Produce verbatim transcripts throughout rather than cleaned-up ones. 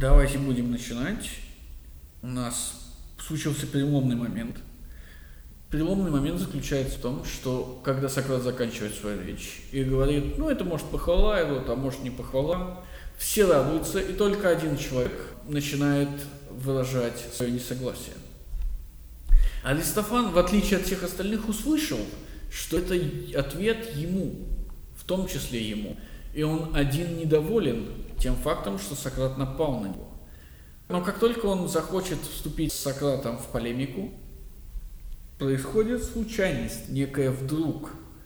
Давайте будем начинать. У нас случился переломный момент. Переломный момент заключается в том, что когда Сократ заканчивает свою речь и говорит, ну это может похвала его, а может не похвала, все радуются, и только один человек начинает выражать свое несогласие. Аристофан, в отличие от всех остальных, услышал, что это ответ ему, в том числе ему, и он один недоволен тем фактом, что Сократ напал на него. Но как только он захочет вступить с Сократом в полемику, происходит случайность, некая вдруг.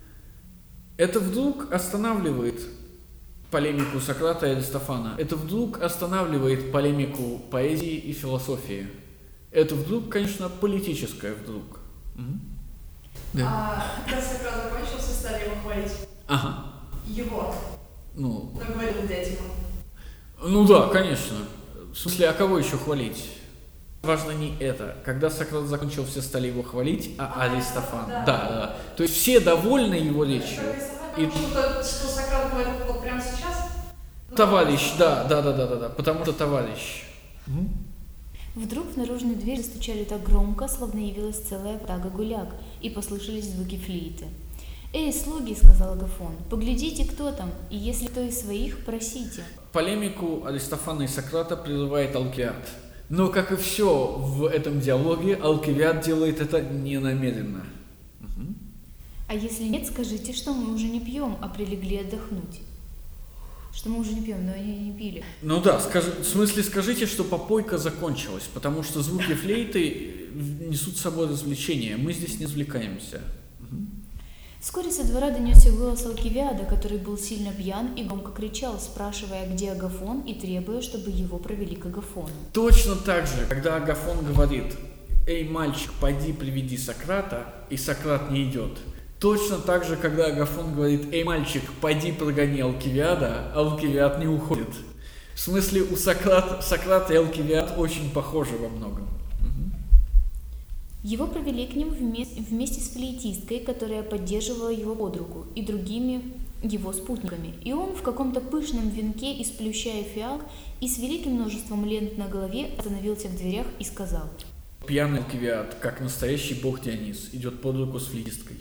Это вдруг останавливает полемику Сократа и Аристофана. Это вдруг останавливает полемику поэзии и философии. Это вдруг, конечно, политическое вдруг. Угу. Да. А когда Сократ закончился, стали его хвалить. Ага. Его. Ну, Но говорил дядя. Ну да, конечно. В смысле, а кого еще хвалить? Важно не это. Когда Сократ закончил, все стали его хвалить, а, а Аристофан. Да. да, да. То есть все довольны его речью. И... Что, что Сократ говорит вот прямо сейчас? Товарищ, да, да, да, да, да, да. Потому что товарищ. Угу. Вдруг в наружную дверь застучали так громко, словно явилась целая ватага гуляк, и послышались звуки флейты. «Эй, слуги!» — сказал Агафон. «Поглядите, кто там, и если кто из своих, просите». Полемику Аристофана и Сократа прерывает Алкивиад. Но, как и все в этом диалоге, Алкивиад делает это ненамеренно. Угу. «А если нет, скажите, что мы уже не пьем, а прилегли отдохнуть». Что мы уже не пьем, но они не пили. Ну да, скажи, в смысле скажите, что попойка закончилась, потому что звуки флейты несут с собой развлечение. Мы здесь не развлекаемся. Угу. Вскоре со двора донесся голос Алкивиада, который был сильно пьян и громко кричал, спрашивая, где Агафон, и требуя, чтобы его провели к Агафону. Точно так же, когда Агафон говорит, «Эй, мальчик, пойди приведи Сократа», и Сократ не идет. Точно так же, когда Агафон говорит, «Эй, мальчик, пойди прогони Алкивиада», Алкивиад не уходит. В смысле, у Сократа, Сократ и Алкивиад очень похожи во многом. Его провели к ним вместе, вместе с флейтисткой, которая поддерживала его под руку, и другими его спутниками. И он в каком-то пышном венке из плюща и фиалок и с великим множеством лент на голове остановился в дверях и сказал: «Пьяный Алкивиад, как настоящий бог Дионис, идет под руку с флейтисткой».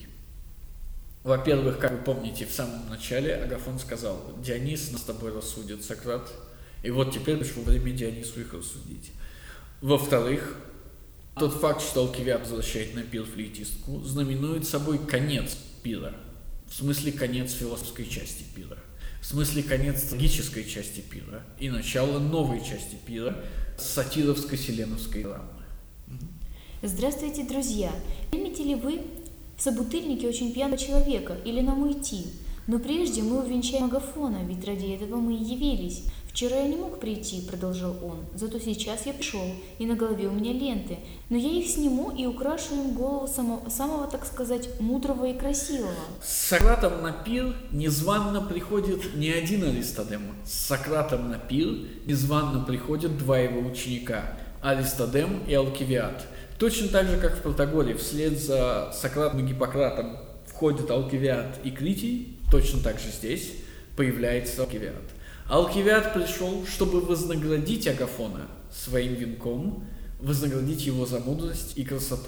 Во-первых, как вы помните, в самом начале Агафон сказал, «Дионис нас с тобой рассудит, Сократ». И вот теперь пришло время Дионису их рассудить. Во-вторых, тот факт, что Алкивиад возвращает на пир флейтистку, знаменует собой конец пира. В смысле, конец философской части пира. В смысле, конец трагической части пира. И начало новой части пира, сатировско-селеновской драмы. «Здравствуйте, друзья! Примете ли вы в собутыльнике очень пьяного человека, или нам уйти? Но прежде мы увенчаем Агафона, ведь ради этого мы и явились. Вчера я не мог прийти, продолжал он, зато сейчас я пришел, и на голове у меня ленты, но я их сниму и украшу им голову самого, самого, так сказать, мудрого и красивого». С Сократом на пир незванно приходит не один Аристодем. С Сократом на пир незванно приходят два его ученика, Аристодем и Алкивиад. Точно так же, как в Протагоре, вслед за Сократом и Гиппократом входят Алкивиад и Критий, точно так же здесь появляется Алкивиад. Алкивиад пришел, чтобы вознаградить Агафона своим венком, вознаградить его за мудрость и красоту.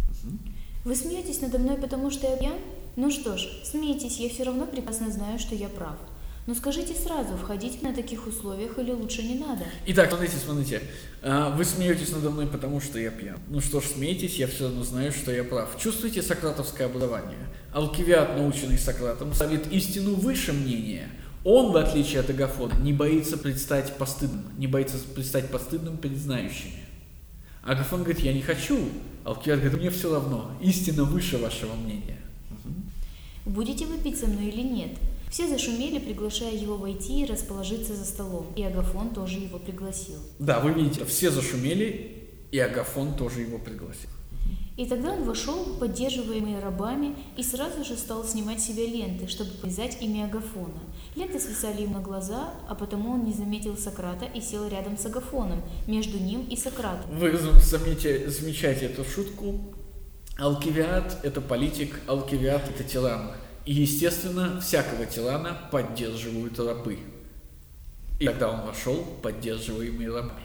«Вы смеетесь надо мной, потому что я пьян? Ну что ж, смейтесь, я все равно прекрасно знаю, что я прав. Но скажите сразу, входить на таких условиях или лучше не надо?» Итак, смотрите, смотрите. Вы смеетесь надо мной, потому что я пьян. Ну что ж, смейтесь, я все равно знаю, что я прав. Чувствуете сократовское образование? Алкивиад, наученный Сократом, ставит истину выше мнения. Он, в отличие от Агафона, не боится предстать постыдным, не боится предстать постыдным перед знающими. Агафон говорит, я не хочу. Алкивиад говорит, мне все равно, истина выше вашего мнения. Угу. «Будете вы пить со мной или нет?» Все зашумели, приглашая его войти и расположиться за столом, и Агафон тоже его пригласил. Да, вы видите, все зашумели, и Агафон тоже его пригласил. И тогда он вошел, поддерживаемый рабами, и сразу же стал снимать с себя ленты, чтобы повязать ими Агафона. Ленты свисали ему на глаза, а потому он не заметил Сократа и сел рядом с Агафоном, между ним и Сократом. Вы замечаете, замечаете эту шутку. Алкивиад – это политик, Алкивиад – это тиран. И, естественно, всякого тирана поддерживают рабы. И тогда он вошел, поддерживаемый рабами.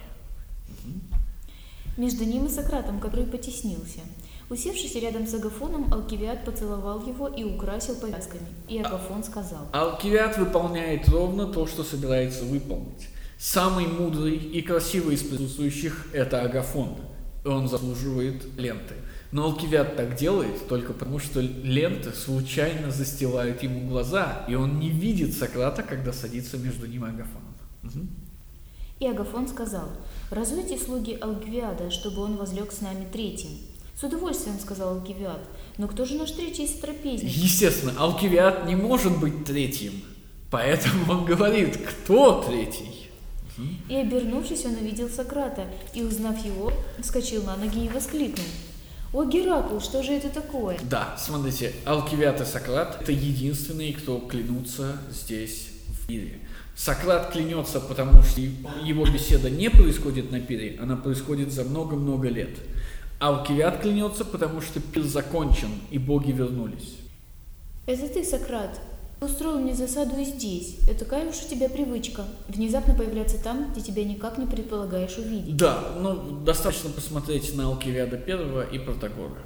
Между ним и Сократом, который потеснился. Усевшись рядом с Агафоном, Алкивиад поцеловал его и украсил повязками. И Агафон сказал: Алкивиад выполняет ровно то, что собирается выполнить. Самый мудрый и красивый из присутствующих – это Агафон. И он заслуживает ленты. Но Алкивиад так делает только потому, что ленты случайно застилают ему глаза, и он не видит Сократа, когда садится между ним и Агафоном. Угу. И Агафон сказал: «Разуйте слуги Алкивиада, чтобы он возлег с нами третьим». «С удовольствием», — сказал Алкивиад. «Но кто же наш третий сотрапезник?» Естественно, Алкивиад не может быть третьим, поэтому он говорит: «Кто третий?» И, обернувшись, он увидел Сократа, и, узнав его, вскочил на ноги и воскликнул: «О, Геракл, что же это такое?» Да, смотрите, Алкивиад и Сократ – это единственные, кто клянутся здесь в мире. Сократ клянется, потому что его беседа не происходит на пире, она происходит за много-много лет. Алкивиад клянется, потому что пир закончен, и боги вернулись. «Это ты, Сократ, устроил мне засаду и здесь. Это такая уж у тебя привычка – внезапно появляться там, где тебя никак не предполагаешь увидеть». Да, ну достаточно посмотреть на Алкивиада Первого и Протагора.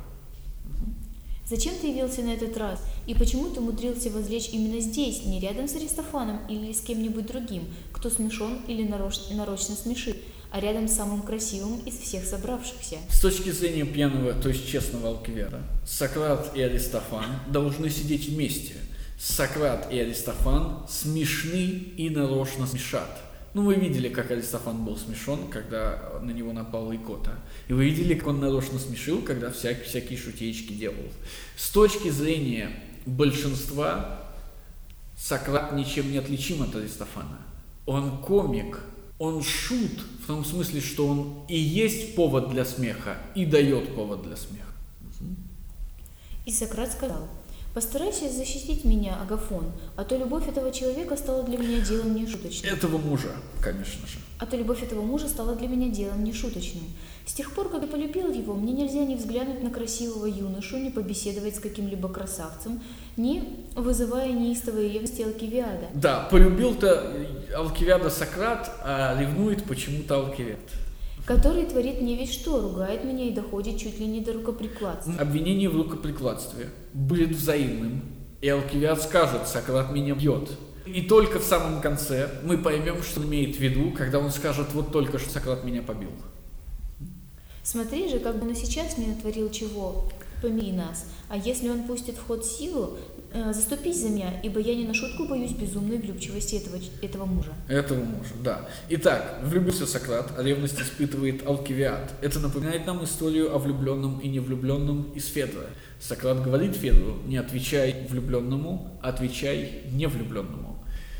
«Зачем ты явился на этот раз? И почему ты умудрился возлечь именно здесь, не рядом с Аристофаном или с кем-нибудь другим, кто смешон или нароч- нарочно смешит, а рядом с самым красивым из всех собравшихся?» С точки зрения пьяного, то есть честного Алкивиада, Сократ и Аристофан должны сидеть вместе. Сократ и Аристофан смешны и нарочно смешат. Ну, вы видели, как Аристофан был смешон, когда на него напала икота. И вы видели, как он нарочно смешил, когда всякие, всякие шутеечки делал. С точки зрения большинства, Сократ ничем не отличим от Аристофана. Он комик, он шут, в том смысле, что он и есть повод для смеха, и дает повод для смеха. И Сократ сказал: «Постарайся защитить меня, Агафон, а то любовь этого человека стала для меня делом нешуточным». Этого мужа, конечно же. А то любовь этого мужа стала для меня делом нешуточным. С тех пор, как я полюбил его, мне нельзя ни взглянуть на красивого юношу, ни побеседовать с каким-либо красавцем, ни вызывая неистовой ревности Алкивиада. Да, полюбил-то Алкивиада Сократ, а ревнует почему-то Алкивиад. Который творит мне ведь что, ругает меня и доходит чуть ли не до рукоприкладства. Обвинение в рукоприкладстве будет взаимным, и Алкивиад скажет: «Сократ меня бьет». И только в самом конце мы поймем, что он имеет в виду, когда он скажет: «Вот только что Сократ меня побил». Смотри же, как бы он и сейчас не натворил чего, помири нас. А если он пустит в ход силу, э, заступись за меня, ибо я не на шутку боюсь безумной влюбчивости этого, этого мужа. Этого мужа, да. Итак, влюбился Сократ, а ревность испытывает Алкивиад. Это напоминает нам историю о влюбленном и невлюбленном из Федра. Сократ говорит Федру: «Не отвечай влюбленному, отвечай невлюбленному».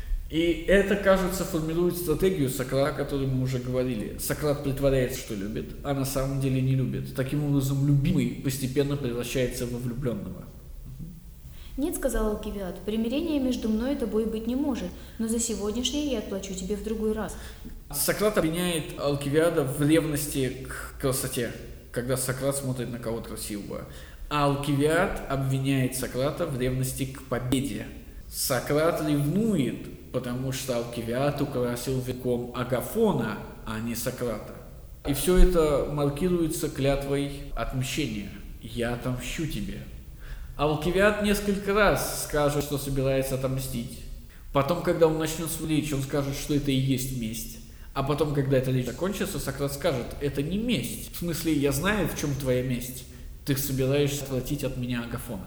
И это, кажется, формирует стратегию Сократа, о которой мы уже говорили. Сократ притворяется, что любит, а на самом деле не любит. Таким образом, любимый постепенно превращается во влюбленного. «Нет, — сказал Алкивиад, — примирения между мной и тобой быть не может, но за сегодняшнее я отплачу тебе в другой раз». Сократ обвиняет Алкивиада в ревности к красоте, когда Сократ смотрит на кого-то красивого. А Алкивиад обвиняет Сократа в ревности к победе. Сократ ревнует, потому что Алкивиад украсил венком Агафона, а не Сократа. И все это маркируется клятвой отмщения. «Я отомщу тебе». Алкивиад несколько раз скажет, что собирается отомстить. Потом, когда он начнет свою речь, он скажет, что это и есть месть. А потом, когда эта речь закончится, Сократ скажет: «Это не месть. В смысле, я знаю, в чем твоя месть. Ты собираешься отвратить от меня Агафона».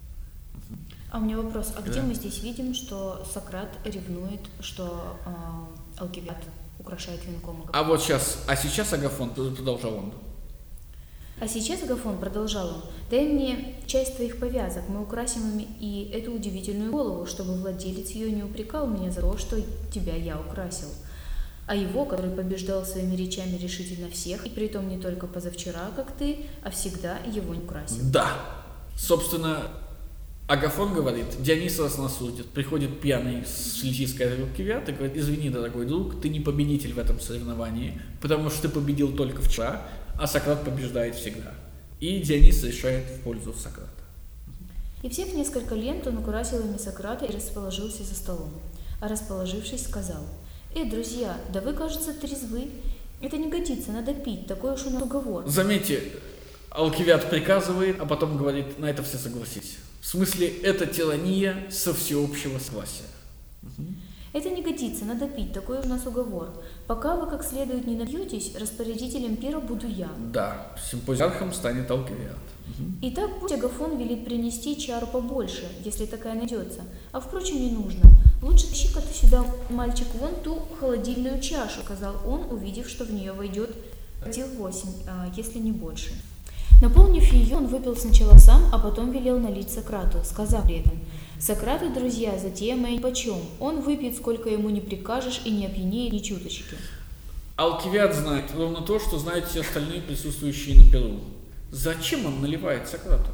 А у меня вопрос, а Да. где мы здесь видим, что Сократ ревнует, что э, Алкивиад украшает венком Агафона? А вот сейчас, а сейчас Агафон, продолжал он. А сейчас, Агафон, продолжал он, дай мне часть твоих повязок, мы украсим ими и эту удивительную голову, чтобы владелец ее не упрекал меня за то, что тебя я украсил. А его, который побеждал своими речами решительно всех, и притом не только позавчера, как ты, а всегда его не украсил. Да. Собственно, Агафон говорит: «Дионис нас судит». Приходит пьяный с литийской Алкивиад и говорит: «Извини, дорогой друг, ты не победитель в этом соревновании, потому что ты победил только вчера, а Сократ побеждает всегда». И Дионис решает в пользу Сократа. И взяв несколько лент, он украсил ими Сократа и расположился за столом. А расположившись, сказал: Э, друзья, да вы, кажется, трезвы. Это не годится, надо пить, такой уж у нас уговор. Заметьте, Алкивиад приказывает, а потом говорит, на это все согласились. В смысле, это тирания со всеобщего согласия. Угу. Это не годится, надо пить, такой у нас уговор. Пока вы как следует не напьетесь, распорядителем пира буду я. Да, симпозиархом станет Алкивиад. Угу. Итак, пусть Агафон велит принести чару побольше, если такая найдется. А впрочем, не нужно. Лучше тащи-ка ты сюда, мальчик, вон ту холодильную чашу, сказал он, увидев, что в нее войдет дел восемь, а, если не больше. Наполнив ее, он выпил сначала сам, а потом велел налить Сократу, сказав при этом: «Сократу, друзья, затея моя нипочем. Он выпьет, сколько ему не прикажешь, и не опьянеет ни чуточки». Алкивиад знает ровно то, что знают все остальные присутствующие на пиру. Зачем он наливает Сократу?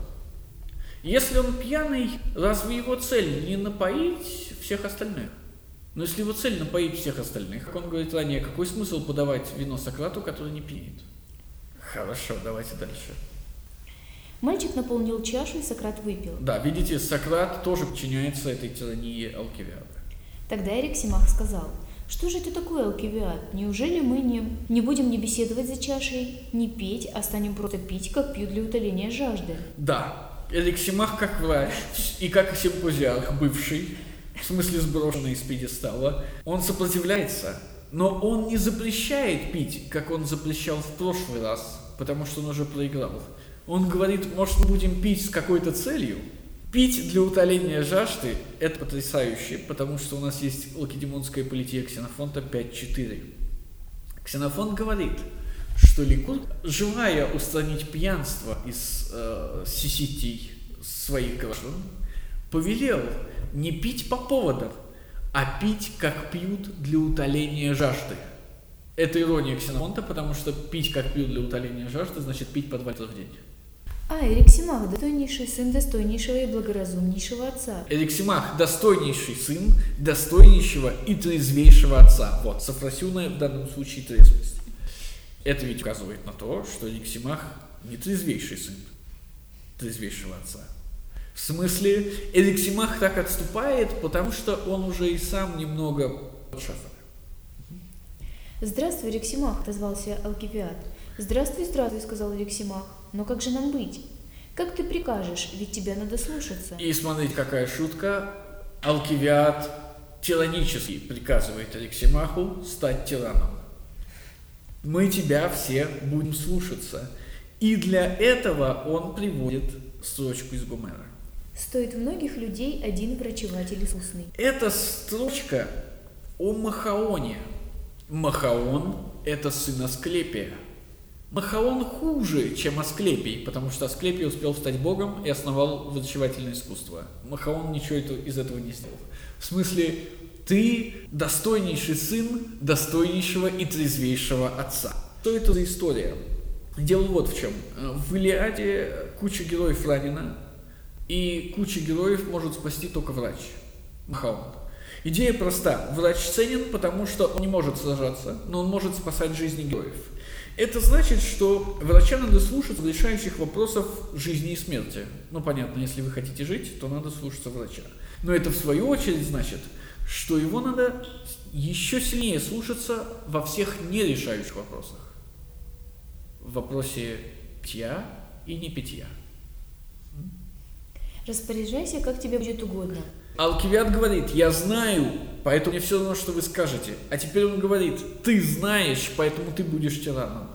Если он пьяный, разве его цель не напоить всех остальных? Но если его цель напоить всех остальных, как он говорит ранее, какой смысл подавать вино Сократу, который не пьет? Хорошо, давайте дальше. Мальчик наполнил чашу, и Сократ выпил. Да, видите, Сократ тоже подчиняется этой тирании Алкивиада. Тогда Эриксимах сказал: «Что же это такое, Алкивиад? Неужели мы не, не будем ни беседовать за чашей, ни петь, а станем просто пить, как пьют для утоления жажды?» Да, Эриксимах как врач и как симпозиарх бывший, в смысле сброшенный с пьедестала, он сопротивляется, но он не запрещает пить, как он запрещал в прошлый раз, потому что он уже проиграл. Он говорит, может, мы будем пить с какой-то целью? Пить для утоления жажды – это потрясающе, потому что у нас есть лакедемонская полития Ксенофонта пять четыре. Ксенофонт говорит, что Ликург, желая устранить пьянство из э, сиситий своих граждан, повелел не пить по поводам, а пить, как пьют для утоления жажды. Это ирония Ксенофонта, потому что пить, как пьют для утоления жажды, значит пить по два раза в день. А, Эриксимах, достойнейший сын достойнейшего и благоразумнейшего отца. Эриксимах, достойнейший сын достойнейшего и трезвейшего отца. Вот, софросюна в данном случае трезвость. Это ведь указывает на то, что Эриксимах не трезвейший сын трезвейшего отца. В смысле, Эриксимах так отступает, потому что он уже и сам немного шафер. «Здравствуй, Эриксимах», — отозвался Алкивиад. «Здравствуй, здравствуй», — сказал Эриксимах. «Но как же нам быть? Как ты прикажешь, ведь тебя надо слушаться». И смотрите, какая шутка. Алкивиад тиранически приказывает Эриксимаху стать тираном. Мы тебя все будем слушаться. И для этого он приводит строчку из Гомера. «Стоит многих людей один врачеватель искусный». Это строчка о Махаоне. Махаон – это сын Асклепия. Махаон хуже, чем Асклепий, потому что Асклепий успел стать богом и основал врачевательное искусство. Махаон ничего из этого не сделал. В смысле, ты достойнейший сын достойнейшего и трезвейшего отца. Что это за история? Дело вот в чем. В Илиаде куча героев ранена, и куча героев может спасти только врач. Махаон. Идея проста. Врач ценен, потому что он не может сражаться, но он может спасать жизни героев. Это значит, что врача надо слушать в решающих вопросов жизни и смерти. Ну, понятно, если вы хотите жить, то надо слушаться врача. Но это, в свою очередь, значит, что его надо еще сильнее слушаться во всех нерешающих вопросах. В вопросе питья и не питья. «Распоряжайся, как тебе будет угодно». Алкивиад говорит, я знаю, поэтому мне все равно, что вы скажете. А теперь он говорит, ты знаешь, поэтому ты будешь тираном.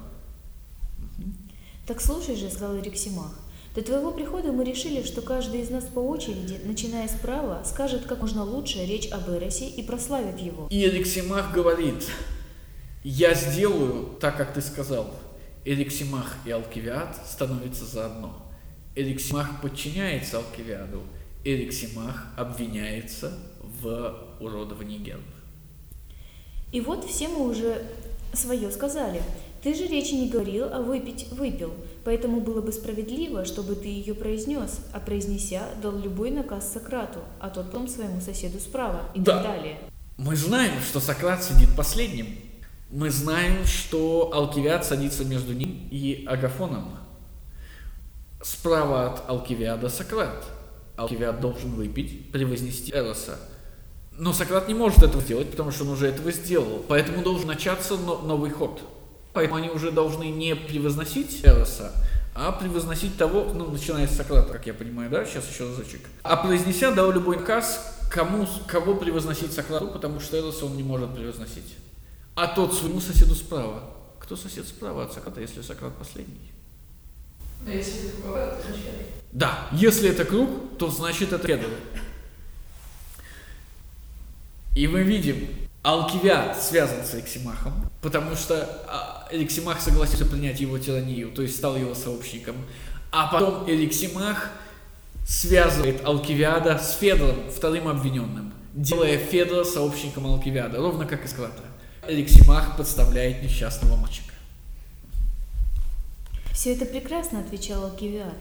«Так слушай же», — сказал Эриксимах, — «до твоего прихода мы решили, что каждый из нас по очереди, начиная справа, скажет как можно лучше речь об Эросе и прославит его». И Эриксимах говорит, я сделаю так, как ты сказал. Эриксимах и Алкивиад становятся заодно. Эриксимах подчиняется Алкивиаду. Эриксимах обвиняется в уродовании гербов. «И вот все мы уже свое сказали. Ты же речи не говорил, а выпить выпил. Поэтому было бы справедливо, чтобы ты ее произнес, а произнеся, дал любой наказ Сократу, а тот потом своему соседу справа и да. так далее». Мы знаем, что Сократ сидит последним. Мы знаем, что Алкивиад садится между ним и Агафоном. Справа от Алкивиада Сократ. Алкивиад должен выпить, превознести Эроса. Но Сократ не может этого сделать, потому что он уже этого сделал. Поэтому должен начаться но- новый ход. Поэтому они уже должны не превозносить Эроса, а превозносить того, ну, начиная с Сократа, как я понимаю, да, сейчас еще разочек. А произнеся, дал любой наказ, кому, кого превозносить Сократу, потому что Эроса он не может превозносить. А тот своему соседу справа. Кто сосед справа от Сократа, если Сократ последний? А если это круговая, то зачем? Да, если это круг, то значит это Федор. И мы видим, Алкивиад связан с Эриксимахом, потому что Эриксимах согласился принять его тиранию, то есть стал его сообщником. А потом Эриксимах связывает Алкивиада с Федором, вторым обвиненным, делая Федора сообщником Алкивиада, ровно как и Сократа. Эриксимах подставляет несчастного мальчика. Все это прекрасно, отвечал Алкивиад.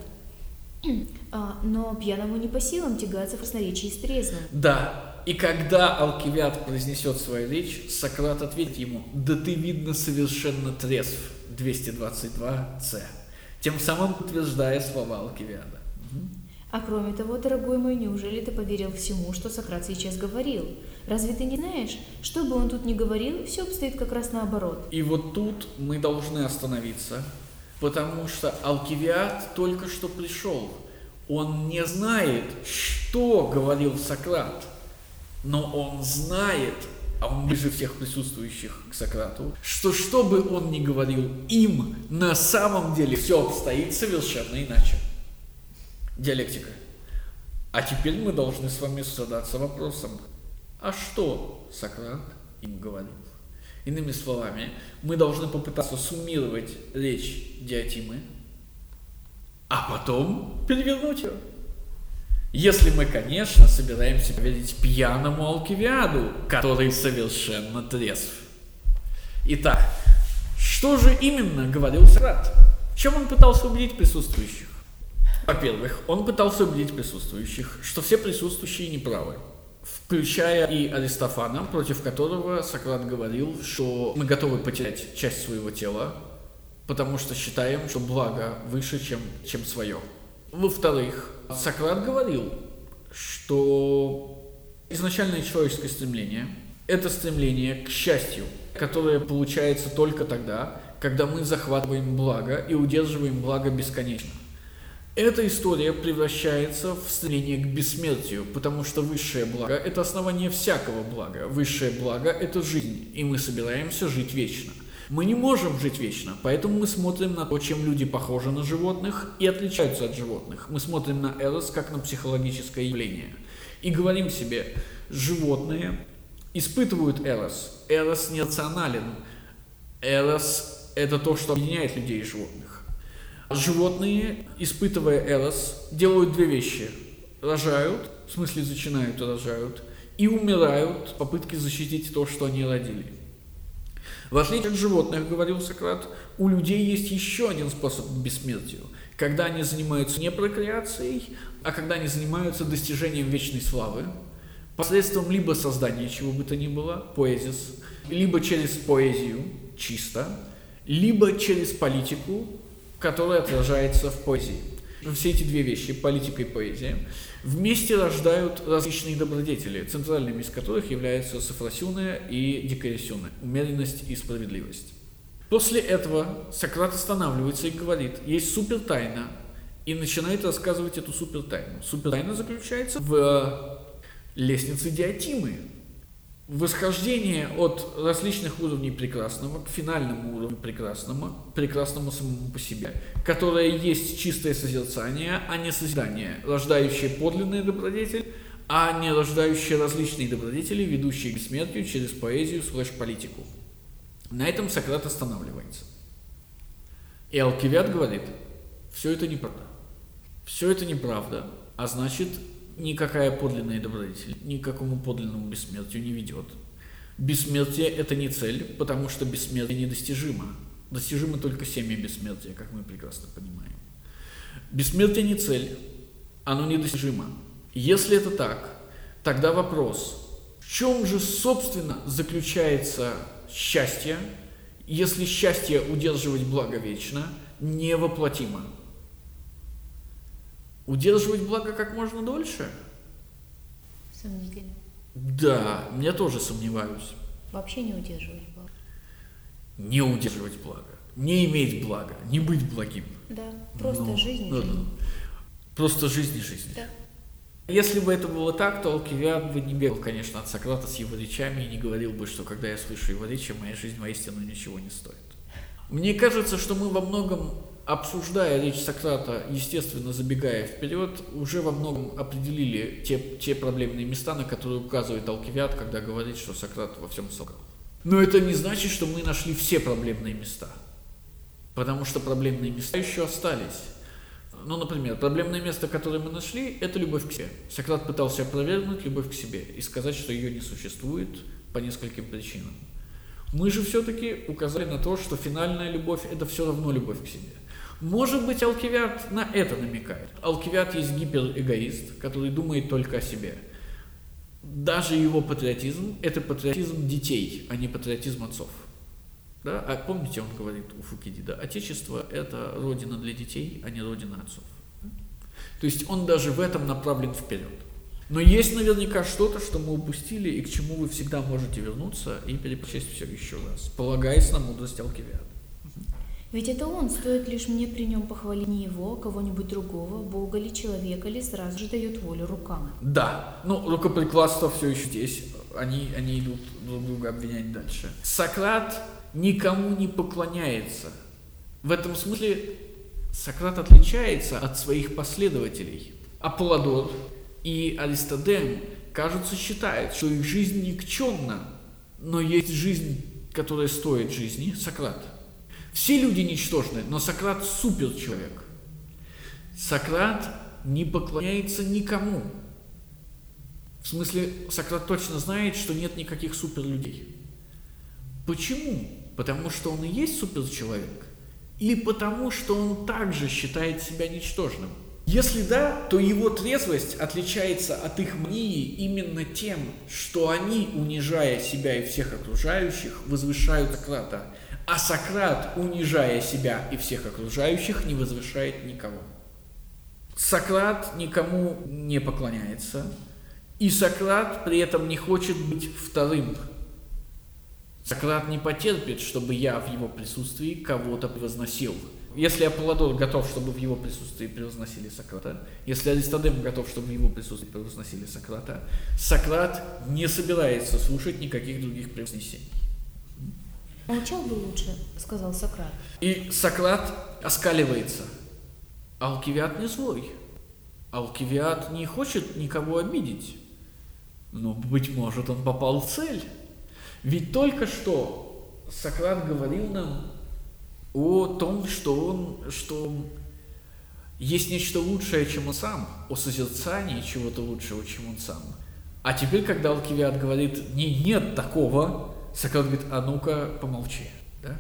А, но пьяному не по силам тягаться в красноречии с трезвым. Да, и когда Алкивиад произнесет свою речь, Сократ ответит ему: «Да ты, видно, совершенно трезв», двести двадцать два С, тем самым утверждая слова Алкивиада. А кроме того, дорогой мой, неужели ты поверил всему, что Сократ сейчас говорил? Разве ты не знаешь, что бы он тут ни говорил, все обстоит как раз наоборот? И вот тут мы должны остановиться, потому что Алкивиад только что пришел. Он не знает, что говорил Сократ, но он знает, а он ближе всех присутствующих к Сократу, что что бы он ни говорил им, на самом деле все обстоит совершенно иначе. Диалектика. А теперь мы должны с вами задаться вопросом, а что Сократ им говорил? Иными словами, мы должны попытаться суммировать речь Диотимы, а потом перевернуть ее. Если мы, конечно, собираемся поверить пьяному Алкивиаду, который совершенно трезв. Итак, что же именно говорил Сократ? В чем он пытался убедить присутствующих? Во-первых, он пытался убедить присутствующих, что все присутствующие неправы, включая и Аристофана, против которого Сократ говорил, что мы готовы потерять часть своего тела, потому что считаем, что благо выше, чем, чем свое. Во-вторых, Сократ говорил, что изначальное человеческое стремление – это стремление к счастью, которое получается только тогда, когда мы захватываем благо и удерживаем благо бесконечно. Эта история превращается в стремление к бессмертию, потому что высшее благо – это основание всякого блага. Высшее благо – это жизнь, и мы собираемся жить вечно. Мы не можем жить вечно, поэтому мы смотрим на то, чем люди похожи на животных и отличаются от животных. Мы смотрим на Эрос как на психологическое явление. И говорим себе, животные испытывают Эрос. Эрос нерационален. Эрос – это то, что объединяет людей и животных. Животные, испытывая Эрос, делают две вещи. Рожают, в смысле начинают и рожают, и умирают в попытке защитить то, что они родили. В отличие от животных, говорил Сократ, у людей есть еще один способ к бессмертию, когда они занимаются не прокреацией, а когда они занимаются достижением вечной славы, посредством либо создания чего бы то ни было, поэзис, либо через поэзию, чисто, либо через политику, которая отражается в поэзии. Все эти две вещи, политика и поэзия, вместе рождают различные добродетели, центральными из которых являются софросюная и дикарисюная, умеренность и справедливость. После этого Сократ останавливается и говорит, есть супертайна, и начинает рассказывать эту супертайну. Супертайна заключается в лестнице Диотимы. Восхождение от различных уровней прекрасного к финальному уровню прекрасного, прекрасному самому по себе, которое есть чистое созерцание, а не созидание, рождающее подлинный добродетель, а не рождающее различные добродетели, ведущие к смерти через поэзию слэш-политику. На этом Сократ останавливается. И Алкивиад говорит, все это неправда. Все это неправда, а значит, никакая подлинная добродетель ни к какому подлинному бессмертию не ведет. Бессмертие – это не цель, потому что бессмертие недостижимо. Достижимо только семя бессмертия, как мы прекрасно понимаем. Бессмертие не цель, оно недостижимо. Если это так, тогда вопрос, в чем же, собственно, заключается счастье, если счастье удерживать благо вечно невоплотимо? Удерживать благо как можно дольше? Сомнительно. Да, я тоже сомневаюсь. Вообще не удерживать благо. Не удерживать благо, не иметь блага, не быть благим. Да, просто Ну, жизнь и ну, жизнь. Просто жизнь и жизнь. Да. Если бы это было так, то Алкивиад бы не бегал, конечно, от Сократа с его речами и не говорил бы, что когда я слышу его речи, моя жизнь воистину ничего не стоит. Мне кажется, что мы во многом, обсуждая речь Сократа, естественно, забегая вперед, уже во многом определили те, те проблемные места, на которые указывает Алкивиад, когда говорит, что Сократ во всем солгал. Но это не значит, что мы нашли все проблемные места, потому что проблемные места еще остались. Ну, например, проблемное место, которое мы нашли, это любовь к себе. Сократ пытался опровергнуть любовь к себе и сказать, что ее не существует по нескольким причинам. Мы же все-таки указали на то, что финальная любовь – это все равно любовь к себе. Может быть, Алкивиад на это намекает. Алкивиад есть гиперэгоист, который думает только о себе. Даже его патриотизм – это патриотизм детей, а не патриотизм отцов. Да? А помните, он говорит у Фукидида, отечество – это родина для детей, а не родина отцов. То есть он даже в этом направлен вперед. Но есть наверняка что-то, что мы упустили, и к чему вы всегда можете вернуться и перепрочесть все еще раз, полагаясь на мудрость Алкивиада. Ведь это он, стоит лишь мне при нем похвалить не его, а кого-нибудь другого, Бога ли, человека ли, сразу же дает волю рукам. Да, ну, рукоприкладство все еще здесь, они, они идут друг друга обвинять дальше. Сократ никому не поклоняется. В этом смысле Сократ отличается от своих последователей. Аполлодор и Аристодем, кажется, считают, что их жизнь никчемна, но есть жизнь, которая стоит жизни, Сократ. Все люди ничтожны, но Сократ суперчеловек. Сократ не поклоняется никому. В смысле, Сократ точно знает, что нет никаких суперлюдей. Почему? Потому что он и есть суперчеловек? Или потому, что он также считает себя ничтожным? Если да, то его трезвость отличается от их мнений именно тем, что они, унижая себя и всех окружающих, возвышают Сократа, а Сократ, унижая себя и всех окружающих, не возвышает никого. Сократ никому не поклоняется, и Сократ при этом не хочет быть вторым. Сократ не потерпит, чтобы я в его присутствии кого-то превозносил. Если Аполлодор готов, чтобы в его присутствии превозносили Сократа, если Аристодем готов, чтобы в его присутствии превозносили Сократа, Сократ не собирается слушать никаких других превознесений. «Молчал бы лучше», — сказал Сократ. И Сократ оскаливается. Алкивиад не злой. Алкивиад не хочет никого обидеть. Но, быть может, он попал в цель. Ведь только что Сократ говорил нам о том, что он, что есть нечто лучшее, чем он сам, о созерцании чего-то лучшего, чем он сам. А теперь, когда Алкивиад говорит, не, нет такого, Сократ говорит, а ну-ка, помолчи. Да?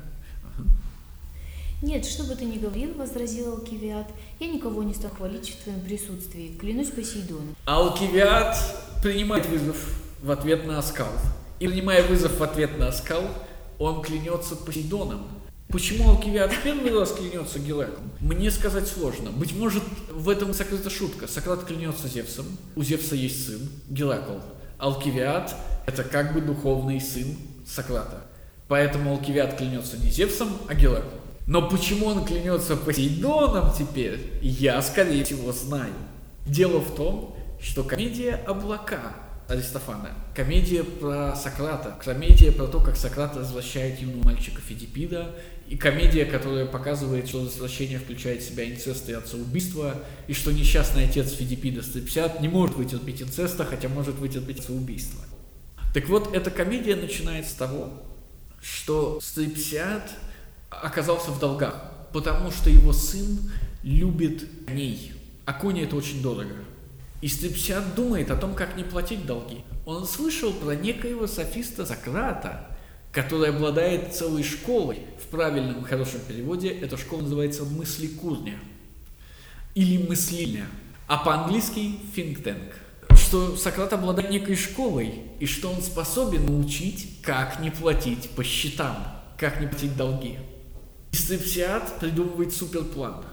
«Нет, что бы ты ни говорил, — возразил Алкивиад, — я никого не стану хвалить в твоем присутствии, клянусь Посейдоном». Алкивиад принимает вызов в ответ на оскал. И принимая вызов в ответ на оскал, он клянется Посейдоном. Почему Алкивиад в первый раз клянется Гераклом, мне сказать сложно. Быть может, в этом сокрыта шутка. Сократ клянется Зевсом, у Зевса есть сын, Геракл. Алкивиад – это как бы духовный сын Сократа. Поэтому Алкивиад клянется не Зевсом, а Гераклом. Но почему он клянется Посейдоном теперь, я, скорее всего, знаю. Дело в том, что комедия «Облака» Аристофана, комедия про Сократа, комедия про то, как Сократ развращает юного мальчика Фидиппида, и комедия, которая показывает, что развращение включает в себя инцест и отцеубийство, и что несчастный отец Фидиппида Стрепсиад не может вытерпеть инцеста, хотя может вытерпеть отцеубийство. Так вот, эта комедия начинается с того, что Стрепсиад оказался в долгах, потому что его сын любит коней, а кони это очень дорого. И Стрепсиад думает о том, как не платить долги. Он слышал про некоего софиста Сократа, который обладает целой школой. В правильном, хорошем переводе эта школа называется мыслекурня или мыслильня, а по-английски think tank. Что Сократ обладает некой школой, и что он способен научить, как не платить по счетам, как не платить долги. И Стрепсиад придумывает суперплан.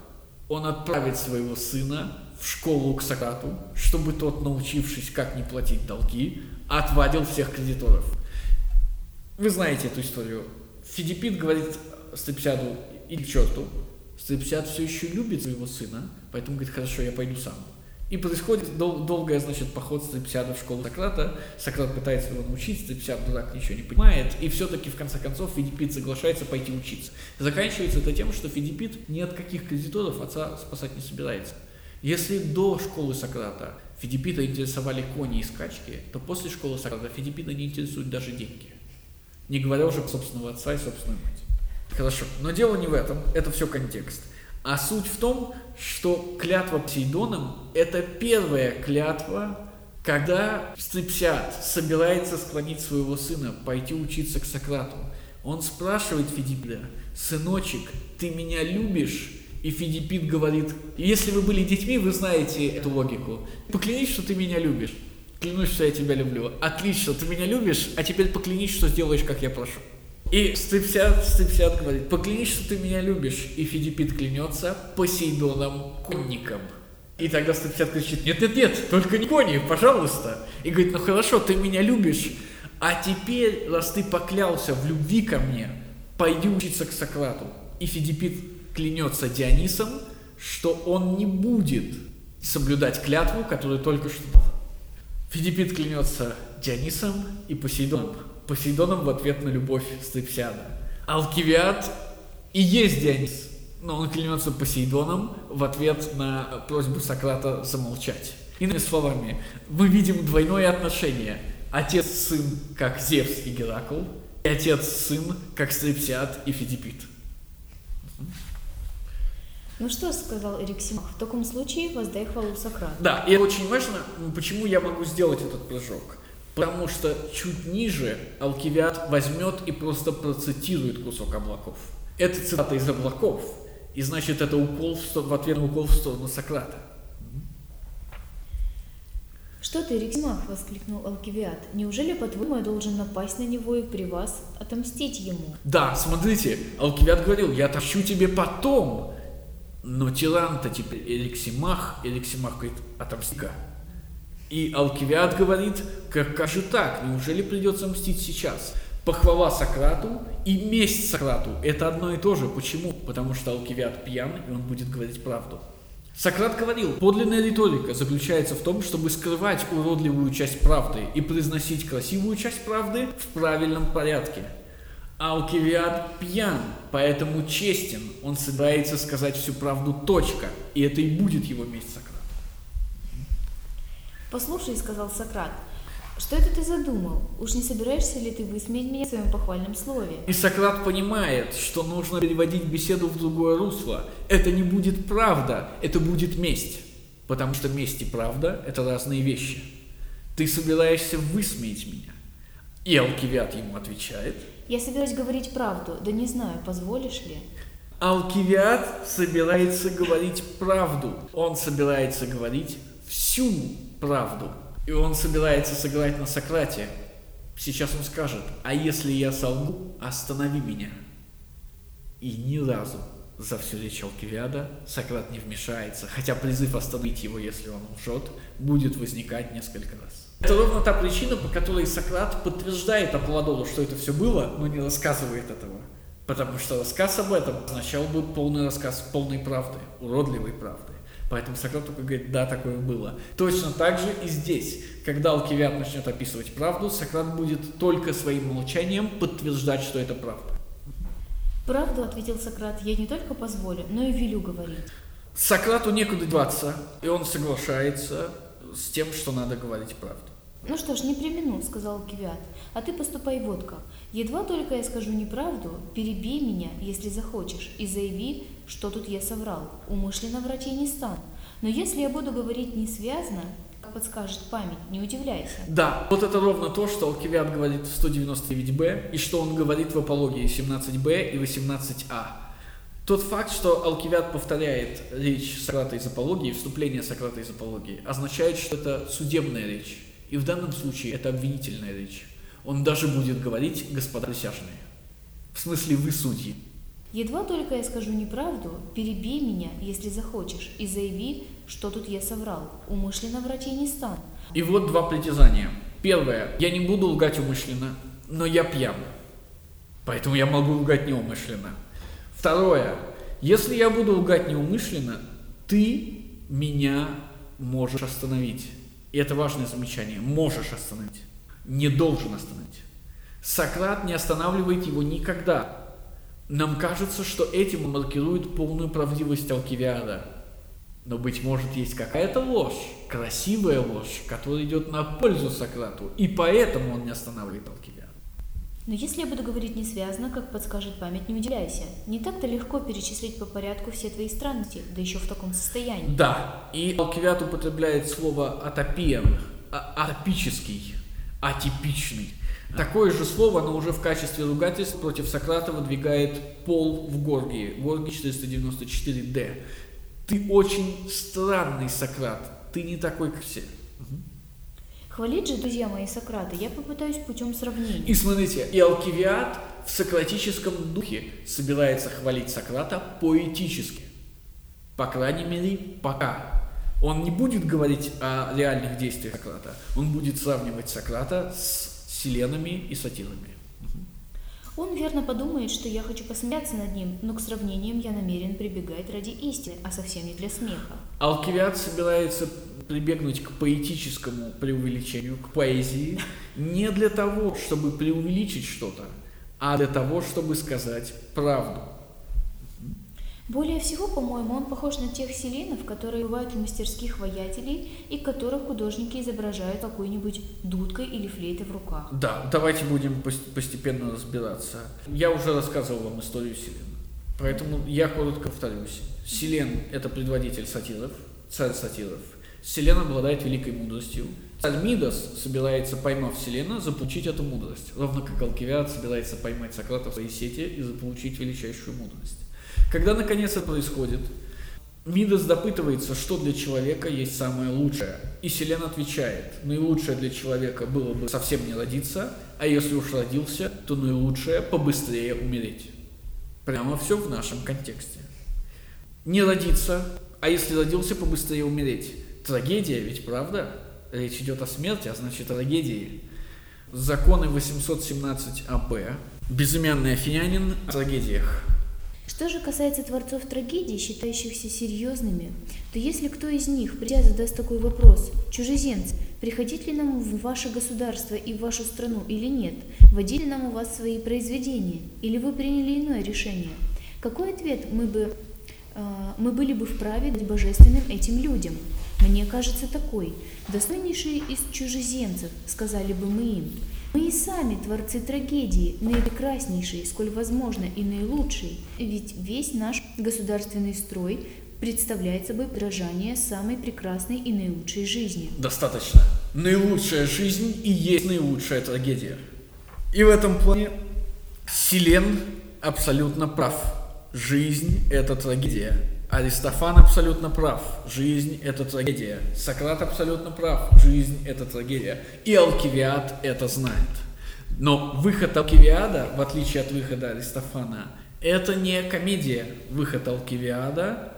Он отправит своего сына в школу к Сократу, чтобы тот, научившись, как не платить долги, отвадил всех кредиторов. Вы знаете эту историю. Фидиппит говорит Стрепсиаду: иди к черту. Стрепсиад все еще любит своего сына, поэтому говорит: хорошо, я пойду сам. И происходит дол- долгая, значит, поход Стрепсиада в школу Сократа. Сократ пытается его научить, Стрепсиад, дурак, ничего не понимает. И все-таки, в конце концов, Фидиппит соглашается пойти учиться. Заканчивается это тем, что Фидиппит ни от каких кредиторов отца спасать не собирается. Если до школы Сократа Фидиппита интересовали кони и скачки, то после школы Сократа Фидиппита не интересуют даже деньги. Не говоря уже про собственного отца и собственную мать. Хорошо, но дело не в этом, это все контекст. А суть в том, что клятва Посейдоном – это первая клятва, когда Стрепсиад собирается склонить своего сына пойти учиться к Сократу. Он спрашивает Фидиппита: сыночек, ты меня любишь? И Фидиппит говорит: если вы были детьми, вы знаете эту логику. Поклянись, что ты меня любишь. Клянусь, что я тебя люблю. Отлично, ты меня любишь, а теперь поклянись, что сделаешь, как я прошу. И Стрепсиад, Стрепсиад говорит: поклянись, что ты меня любишь. И Фидиппит клянется Посейдоном конником. И тогда Стрепсиад кричит: нет, нет, нет, только не кони, пожалуйста. И говорит: ну хорошо, ты меня любишь, а теперь, раз ты поклялся в любви ко мне, пойди учиться к Сократу. И Фидиппит клянется Дионисом, что он не будет соблюдать клятву, которую только что дал. Фидиппит клянется Дионисом и Посейдоном. Посейдоном в ответ на любовь Стрепсиада. Алкивиад и есть Дионис, но он клянется Посейдоном в ответ на просьбу Сократа замолчать. Иными словами, мы видим двойное отношение. Отец-сын, как Зевс и Геракл, и отец-сын, как Стрепсиад и Фидиппит. Ну что сказал Эриксимах? В таком случае воздай хвалу Сократу. Да, и очень важно, почему я могу сделать этот прыжок. Потому что чуть ниже Алкивиад возьмет и просто процитирует кусок облаков. Это цитата из облаков, и значит это укол в, сторону, в ответ на укол в сторону Сократа. Что ты, Эриксимах? — воскликнул Алкивиад. Неужели, по-твоему, я должен напасть на него и при вас отомстить ему? Да, смотрите, Алкивиад говорил: я отомщу тебе потом. Но тиран-то теперь Эриксимах, Эриксимах говорит: отомсти-ка. И Алкивиад говорит: как, как же так, неужели придется мстить сейчас? Похвала Сократу и месть Сократу – это одно и то же. Почему? Потому что Алкивиад пьян, и он будет говорить правду. Сократ говорил: подлинная риторика заключается в том, чтобы скрывать уродливую часть правды и произносить красивую часть правды в правильном порядке. Алкивиад пьян, поэтому честен, он собирается сказать всю правду, точка, и это и будет его месть Сократа. «Послушай, — сказал Сократ, — что это ты задумал? Уж не собираешься ли ты высмеять меня в своем похвальном слове?» И Сократ понимает, что нужно переводить беседу в другое русло. Это не будет правда, это будет месть. Потому что месть и правда – это разные вещи. Ты собираешься высмеять меня. И Алкивиад ему отвечает: «Я собираюсь говорить правду, да не знаю, позволишь ли?» Алкивиад собирается говорить правду. Он собирается говорить всю правду. И он собирается сыграть на Сократе. Сейчас он скажет: а если я солгу, останови меня. И ни разу за всю речь Алкивиада Сократ не вмешается, хотя призыв остановить его, если он лжет, будет возникать несколько раз. Это ровно та причина, по которой Сократ подтверждает Аполлодору, что это все было, но не рассказывает этого. Потому что рассказ об этом означал бы полный рассказ полной правды, уродливой правды. Поэтому Сократ только говорит: да, такое было. Точно так же и здесь. Когда Алкивиад начнет описывать правду, Сократ будет только своим молчанием подтверждать, что это правда. «Правду, — ответил Сократ, — я не только позволю, но и велю говорить». Сократу некуда деваться, и он соглашается с тем, что надо говорить правду. «Ну что ж, не премину, — сказал Алкивиад, — а ты поступай вот как. Едва только я скажу неправду, перебей меня, если захочешь, и заяви, что тут я соврал. Умышленно врать я не стану. Но если я буду говорить несвязно, как подскажет память, не удивляйся». Да, вот это ровно то, что Алкивиад говорит в сто девяносто девять бэ, и что он говорит в Апологии семнадцать бэ и восемнадцать а. Тот факт, что Алкивиад повторяет речь Сократа из Апологии, вступление Сократа из Апологии, означает, что это судебная речь. И в данном случае это обвинительная речь. Он даже будет говорить: господа присяжные. В смысле, вы судьи. Едва только я скажу неправду, перебей меня, если захочешь, и заяви, что тут я соврал. Умышленно врать я не стану. И вот два притязания. Первое. Я не буду лгать умышленно, но я пьян. Поэтому я могу лгать неумышленно. Второе. Если я буду лгать неумышленно, ты меня можешь остановить. И это важное замечание. Можешь остановить. Не должен остановить. Сократ не останавливает его никогда. Нам кажется, что этим он маркирует полную правдивость Алкивиада. Но, быть может, есть какая-то ложь, красивая ложь, которая идет на пользу Сократу, и поэтому он не останавливает Алкивиада. Но если я буду говорить несвязно, как подскажет память, не удивляйся. Не так-то легко перечислить по порядку все твои странности, да еще в таком состоянии. Да, и Алкивиад употребляет слово атопиен, атопический, атипичный. Такое же слово, но уже в качестве ругательства против Сократа выдвигает Пол в Горгии, Горгий четыреста девяносто четыре дэ. Ты очень странный, Сократ, ты не такой, как все. Хвалить же, друзья мои, Сократа я попытаюсь путем сравнения. И смотрите, и Алкивиад в сократическом духе собирается хвалить Сократа поэтически. По крайней мере, пока. Он не будет говорить о реальных действиях Сократа, он будет сравнивать Сократа с селенами и сатирами. Он верно подумает, что я хочу посмеяться над ним, но к сравнениям я намерен прибегать ради истины, а совсем не для смеха. Алкивиад собирается прибегнуть к поэтическому преувеличению, к поэзии, не для того, чтобы преувеличить что-то, а для того, чтобы сказать правду. Более всего, по-моему, он похож на тех селенов, которые бывают в мастерских воятелей и которых художники изображают какой-нибудь дудкой или флейтой в руках. Да, давайте будем постепенно разбираться. Я уже рассказывал вам историю Селена, поэтому я коротко повторюсь. Селен – это предводитель сатиров, царь сатиров. Селен обладает великой мудростью. Царь Мидас собирается, поймав Селена, заполучить эту мудрость, ровно как Алкивиад собирается поймать Сократа в своей сети и заполучить величайшую мудрость. Когда, наконец, это происходит, Мидас допытывается, что для человека есть самое лучшее. И Селен отвечает, наилучшее для человека было бы совсем не родиться, а если уж родился, то наилучшее побыстрее умереть. Прямо все в нашем контексте. Не родиться, а если родился, побыстрее умереть. Трагедия ведь, правда? Речь идет о смерти, а значит о трагедии. Законы восемьсот семнадцать а бэ. Безымянный афинянин о трагедиях. Что же касается творцов трагедий, считающихся серьезными, то если кто из них, придя, задаст такой вопрос: «Чужеземцы, приходить ли нам в ваше государство и в вашу страну или нет? Вводили ли нам у вас свои произведения? Или вы приняли иное решение?» Какой ответ мы бы, э, мы были бы вправе дать божественным этим людям? Мне кажется такой: «Достойнейшие из чужеземцев», сказали бы мы им. Мы и сами творцы трагедии, наипрекраснейшие, сколь возможно, и наилучшие, ведь весь наш государственный строй представляет собой подражание самой прекрасной и наилучшей жизни. Достаточно. Наилучшая жизнь и есть наилучшая трагедия. И в этом плане Селен абсолютно прав. Жизнь – это трагедия. Аристофан абсолютно прав. Жизнь – это трагедия. Сократ абсолютно прав. Жизнь – это трагедия. И Алкивиад это знает. Но выход Алкивиада, в отличие от выхода Аристофана, это не комедия. Выход Алкивиада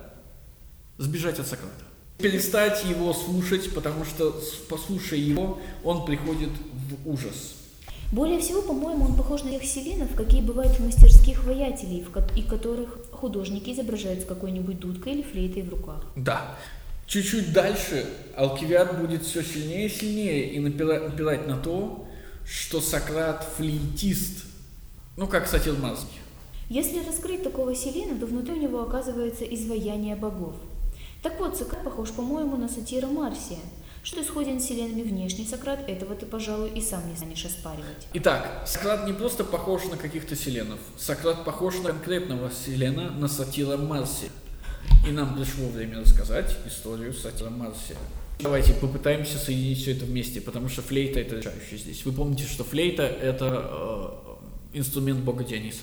– сбежать от Сократа. Перестать его слушать, потому что, послушая его, он приходит в ужас. Более всего, по-моему, он похож на тех селенов, какие бывают в мастерских воятелей, и которых художники изображают с какой-нибудь дудкой или флейтой в руках. Да. Чуть-чуть дальше Алкивиад будет все сильнее и сильнее и напирать на то, что Сократ флейтист, ну как сатир Марский. Если раскрыть такого селена, то внутри у него оказывается изваяние богов. Так вот, Сократ похож, по-моему, на сатира Марсия. Что сходен с селенами внешний Сократ, этого ты, пожалуй, и сам не станешь оспаривать. Итак, Сократ не просто похож на каких-то селенов. Сократ похож на конкретного селена, на сатира Марсия. И нам пришло время рассказать историю сатира Марсия. Давайте попытаемся соединить все это вместе, потому что флейта – это решающее здесь. Вы помните, что флейта – это э, инструмент бога Диониса.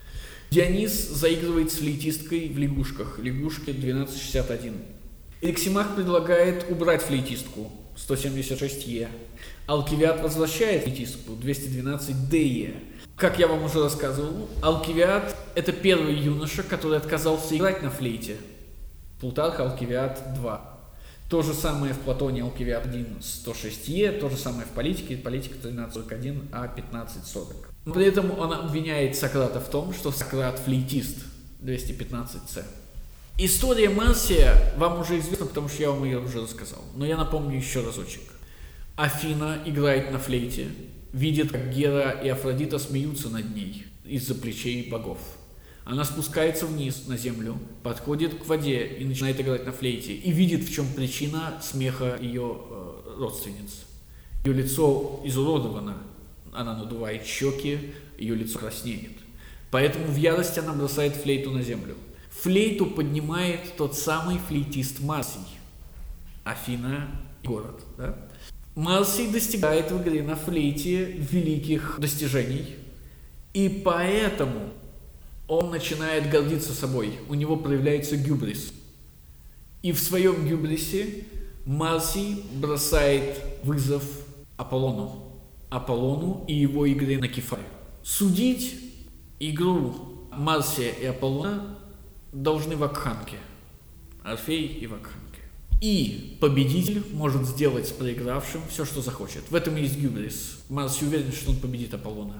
Дионис заигрывает с флейтисткой в лягушках. Лягушки двенадцать шестьдесят один. Эриксимах предлагает убрать флейтистку сто семьдесят шесть е. Алкивиад возвращает флейтистку двести двенадцать дэ е. Как я вам уже рассказывал, Алкивиад – это первый юноша, который отказался играть на флейте. Плутарх Алкивиад два. То же самое в Платоне Алкивиад один сто шесть е, то же самое в политике, политика тринадцать сорок один а пятнадцать сорок. Но при этом он обвиняет Сократа в том, что Сократ флейтист двести пятнадцать це. История Марсия вам уже известна, потому что я вам ее уже рассказал. Но я напомню еще разочек. Афина играет на флейте, видит, как Гера и Афродита смеются над ней из-за плечей богов. Она спускается вниз на землю, подходит к воде и начинает играть на флейте. И видит, в чем причина смеха ее э, родственниц. Ее лицо изуродовано, она надувает щеки, ее лицо краснеет. Поэтому в ярости она бросает флейту на землю. Флейту поднимает тот самый флейтист Марсий. Афина – город, да? Марсий достигает в игре на флейте великих достижений, и поэтому он начинает гордиться собой, у него проявляется гюбрис. И в своем гюбрисе Марсий бросает вызов Аполлону, Аполлону и его игре на кефаре. Судить игру Марсия и Аполлона должны вакханки, Орфей и вакханки. И победитель может сделать с проигравшим все, что захочет. В этом и есть гюбрис. Марсий уверен, что он победит Аполлона.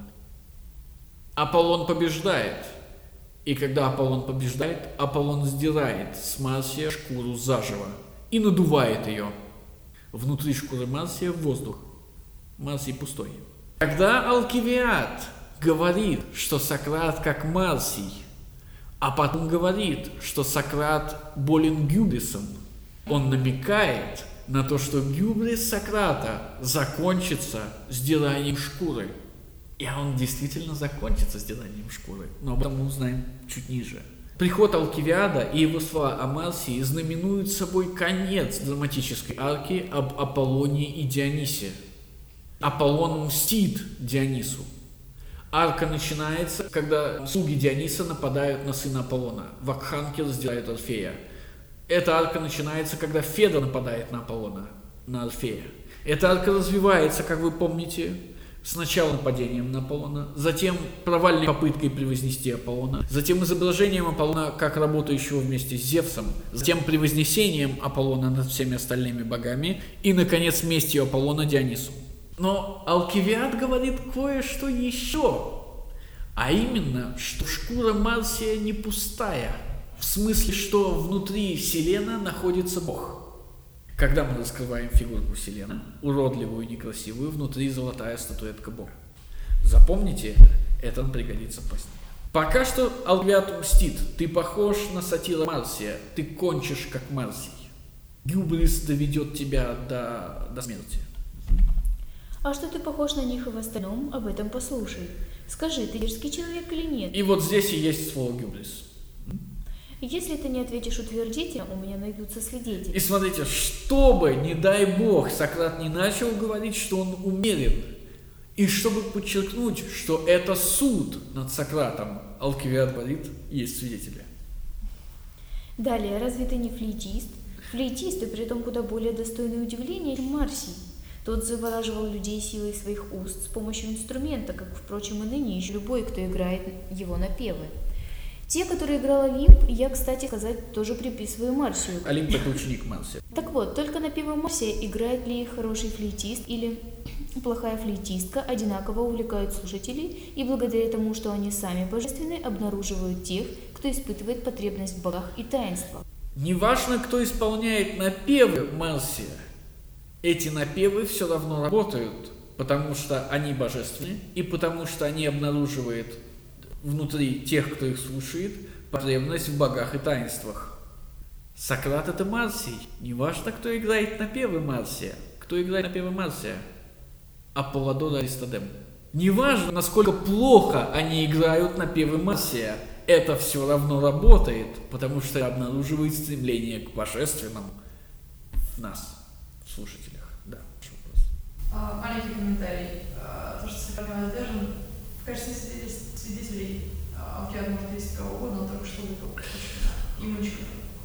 Аполлон побеждает. И когда Аполлон побеждает, Аполлон сдирает с Марсия шкуру заживо и надувает ее. Внутри шкуры Марсия воздух. Марсий пустой. Когда Алкивиад говорит, что Сократ как Марсий, а потом говорит, что Сократ болен гюбрисом, он намекает на то, что гюбрис Сократа закончится сдиранием шкуры. И он действительно закончится сдиранием шкуры. Но об этом мы узнаем чуть ниже. Приход Алкивиада и его слова о Марсии знаменуют собой конец драматической арки об Аполлоне и Дионисе. Аполлон мстит Дионису. Арка начинается, когда слуги Диониса нападают на сына Аполлона. Вакханки раздирают Орфея. Эта арка начинается, когда Феда нападает на Аполлона, на Орфея. Эта арка развивается, как вы помните, сначала нападением на Аполлона, затем провальной попыткой превознести Аполлона, затем изображением Аполлона как работающего вместе с Зевсом, затем превознесением Аполлона над всеми остальными богами и, наконец, местью Аполлона Дионису. Но Алкивиад говорит кое-что еще, а именно, что шкура Марсия не пустая. В смысле, что внутри Селена находится Бог. Когда мы раскрываем фигурку Селена, уродливую и некрасивую, внутри золотая статуэтка Бога. Запомните это, это нам пригодится позднее. Пока что Алкивиад мстит. Ты похож на сатира Марсия, ты кончишь как Марсий. Гюбрис доведет тебя до, до смерти. А что ты похож на них и в остальном, об этом послушай. Скажи, ты дерзкий человек или нет? И вот здесь и есть слово гюбрис. Если ты не ответишь утвердительно, у меня найдутся свидетели. И смотрите, чтобы, не дай бог, Сократ не начал говорить, что он умерен, и чтобы подчеркнуть, что это суд над Сократом, Алкивиад говорит, есть свидетели. Далее, разве ты не флейтист? Флейтист, и при этом куда более достойный удивления, чем Марсий. Тот завораживал людей силой своих уст с помощью инструмента, как, впрочем, и ныне еще любой, кто играет его напевы. Те, которые играл Олимп, я, кстати сказать, тоже приписываю Марсию. Олимп – это ученик Марсия. Так вот, только напевы Марсия, играет ли хороший флейтист или плохая флейтистка, одинаково увлекают слушателей, и благодаря тому, что они сами божественны, обнаруживают тех, кто испытывает потребность в богах и таинствах. Неважно, кто исполняет напевы Марсия, эти напевы все равно работают, потому что они божественны, и потому что они обнаруживают внутри тех, кто их слушает, потребность в богах и таинствах. Сократ – это Марсий. Неважно, кто играет напевы Марсия. Кто играет напевы Марсия? Аполлодор и Аристодем. Неважно, насколько плохо они играют напевы Марсия. Это все равно работает, потому что обнаруживает стремление к божественному в нас, в слушателях. Да, ваш вопрос. А, маленький комментарий. А, то, что Сократ задержан, в качестве свидетелей Алкивиад может есть кого угодно, но только что выпал. Ему ничего.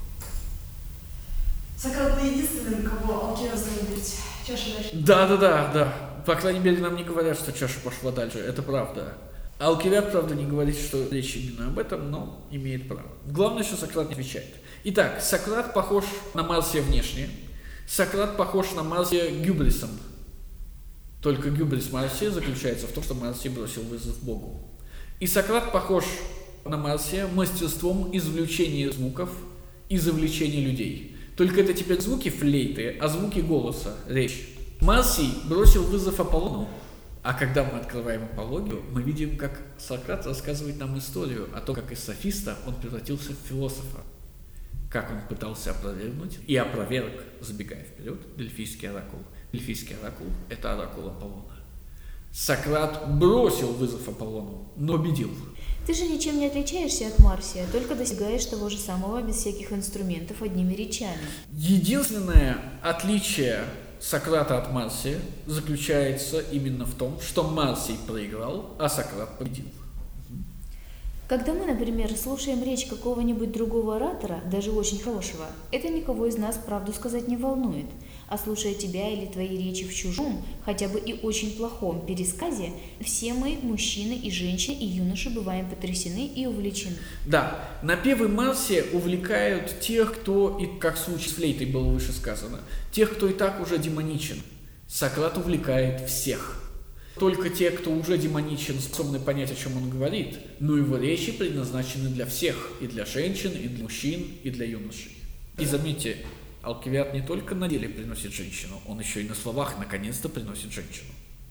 Сократ был единственным, кого Алкивиад заставит чаша дальше. Да, да, да, да. По крайней мере, нам не говорят, что чаша пошла дальше. Это правда. Алкивиад, правда, не говорит, что речь именно об этом, но имеет право. Главное, что Сократ не отвечает. Итак, Сократ похож на Марсия внешне. Сократ похож на Марсия гюбрисом. Только гюбрис Марсия заключается в том, что Марсий бросил вызов Богу. И Сократ похож на Марсия мастерством извлечения звуков и завлечения людей. Только это теперь звуки флейты, а звуки голоса, речь. Марсий бросил вызов Аполлону. А когда мы открываем Апологию, мы видим, как Сократ рассказывает нам историю о том, как из софиста он превратился в философа, как он пытался опровергнуть и опроверг, забегая вперед, Дельфийский оракул. Дельфийский оракул – это оракул Аполлона. Сократ бросил вызов Аполлону, но победил. Ты же ничем не отличаешься от Марсия, только достигаешь того же самого без всяких инструментов одними речами. Единственное отличие Сократа от Марсия заключается именно в том, что Марсий проиграл, а Сократ победил. Когда мы, например, слушаем речь какого-нибудь другого оратора, даже очень хорошего, это никого из нас, правду сказать, не волнует. А слушая тебя или твои речи в чужом, хотя бы и очень плохом пересказе, все мы, мужчины и женщины, и юноши, бываем потрясены и увлечены. Да, напевы Марсия увлекают тех, кто, и как в случае с флейтой было выше сказано, тех, кто и так уже демоничен. Сократ увлекает всех. Только те, кто уже демоничен, способны понять, о чем он говорит, но его речи предназначены для всех, и для женщин, и для мужчин, и для юношей. И заметьте, Алкивиад не только на деле приносит женщину, он еще и на словах наконец-то приносит женщину.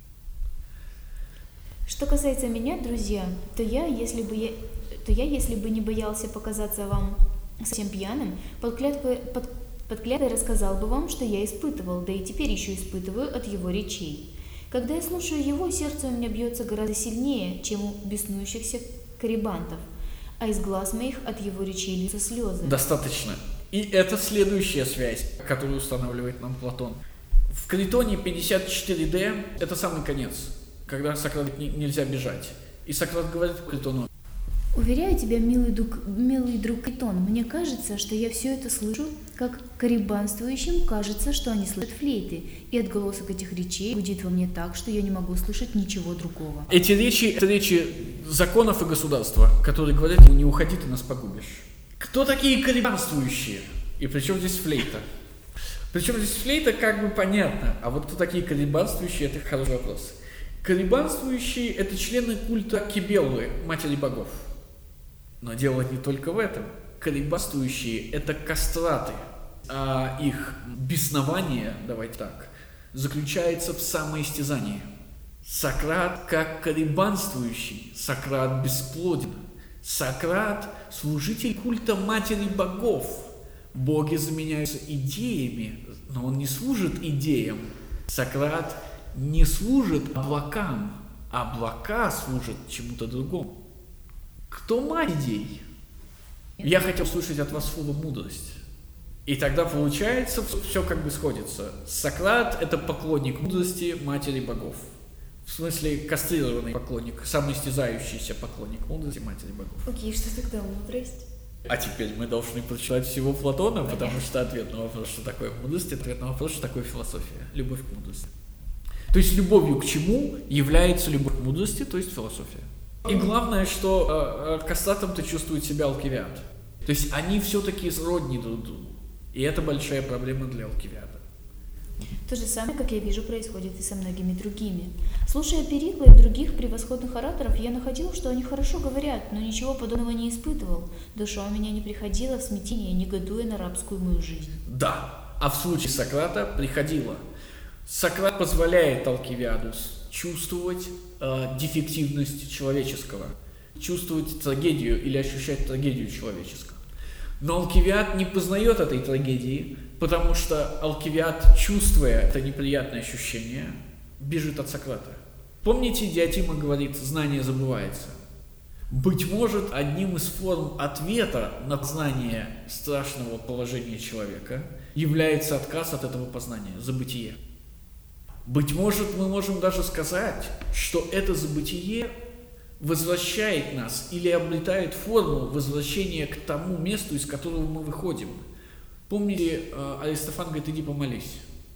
Что касается меня, друзья, то я, если бы, я, то я, если бы не боялся показаться вам совсем пьяным, под клятвой, под, под клятвой рассказал бы вам, что я испытывал, да и теперь еще испытываю от его речей. Когда я слушаю его, сердце у меня бьется гораздо сильнее, чем у беснующихся карибантов, а из глаз моих от его речей льются слезы. Достаточно. И это следующая связь, которую устанавливает нам Платон. В Критоне пятьдесят четыре дэ – это самый конец, когда Сократ говорит, нельзя бежать. И Сократ говорит Критону: «Уверяю тебя, милый друг, милый друг Критон, мне кажется, что я все это слышу, как карибанствующим кажется, что они слышат флейты, и отголосок этих речей гудит во мне так, что я не могу слышать ничего другого». Эти речи – это речи законов и государства, которые говорят ему: не уходи, ты нас погубишь. Кто такие карибанствующие? И при чем здесь флейта? Причем здесь флейта как бы понятно, а вот кто такие карибанствующие – это хороший вопрос. Карибанствующие – это члены культа Кибеллы, матери богов. Но дело не только в этом. Карибанствующие – это кастраты, а их беснование, давайте так, заключается в самоистязании. Сократ как карибанствующий, Сократ бесплоден. Сократ – служитель культа матери богов. Боги заменяются идеями, но он не служит идеям. Сократ не служит облакам, облака служат чему-то другому. Кто мать идей? Я хотел слышать от вас слово «мудрость». И тогда получается, все как бы сходится. Сократ – это поклонник мудрости матери богов. В смысле, кастрированный поклонник, самоистязающийся поклонник мудрости матери богов. Окей, что тогда мудрость? А теперь мы должны прочитать всего Платона, потому что ответ на вопрос, что такое мудрость, ответ на вопрос, что такое философия. Любовь к мудрости. То есть любовью к чему является любовь к мудрости, то есть философия. И главное, что э, кастратом-то чувствует себя Алкивиад. То есть они все-таки сродни друг другу. И это большая проблема для Алкивиада. То же самое, как я вижу, происходит и со многими другими. Слушая Перикла и других превосходных ораторов, я находил, что они хорошо говорят, но ничего подобного не испытывал. Душа у меня не приходила в смятение, негодуя на рабскую мою жизнь. Да, а в случае Сократа приходила. Сократ позволяет Алкивиаду чувствовать э, дефективность человеческого, чувствовать трагедию или ощущать трагедию человеческого. Но Алкивиад не познает этой трагедии, потому что Алкивиад, чувствуя это неприятное ощущение, бежит от Сократа. Помните, Диотима говорит: знание забывается. Быть может, одним из форм ответа на знание страшного положения человека является отказ от этого познания, забытие. Быть может, мы можем даже сказать, что это забытие возвращает нас или обретает форму возвращения к тому месту, из которого мы выходим. Помните, Аристофан говорит: иди помолись.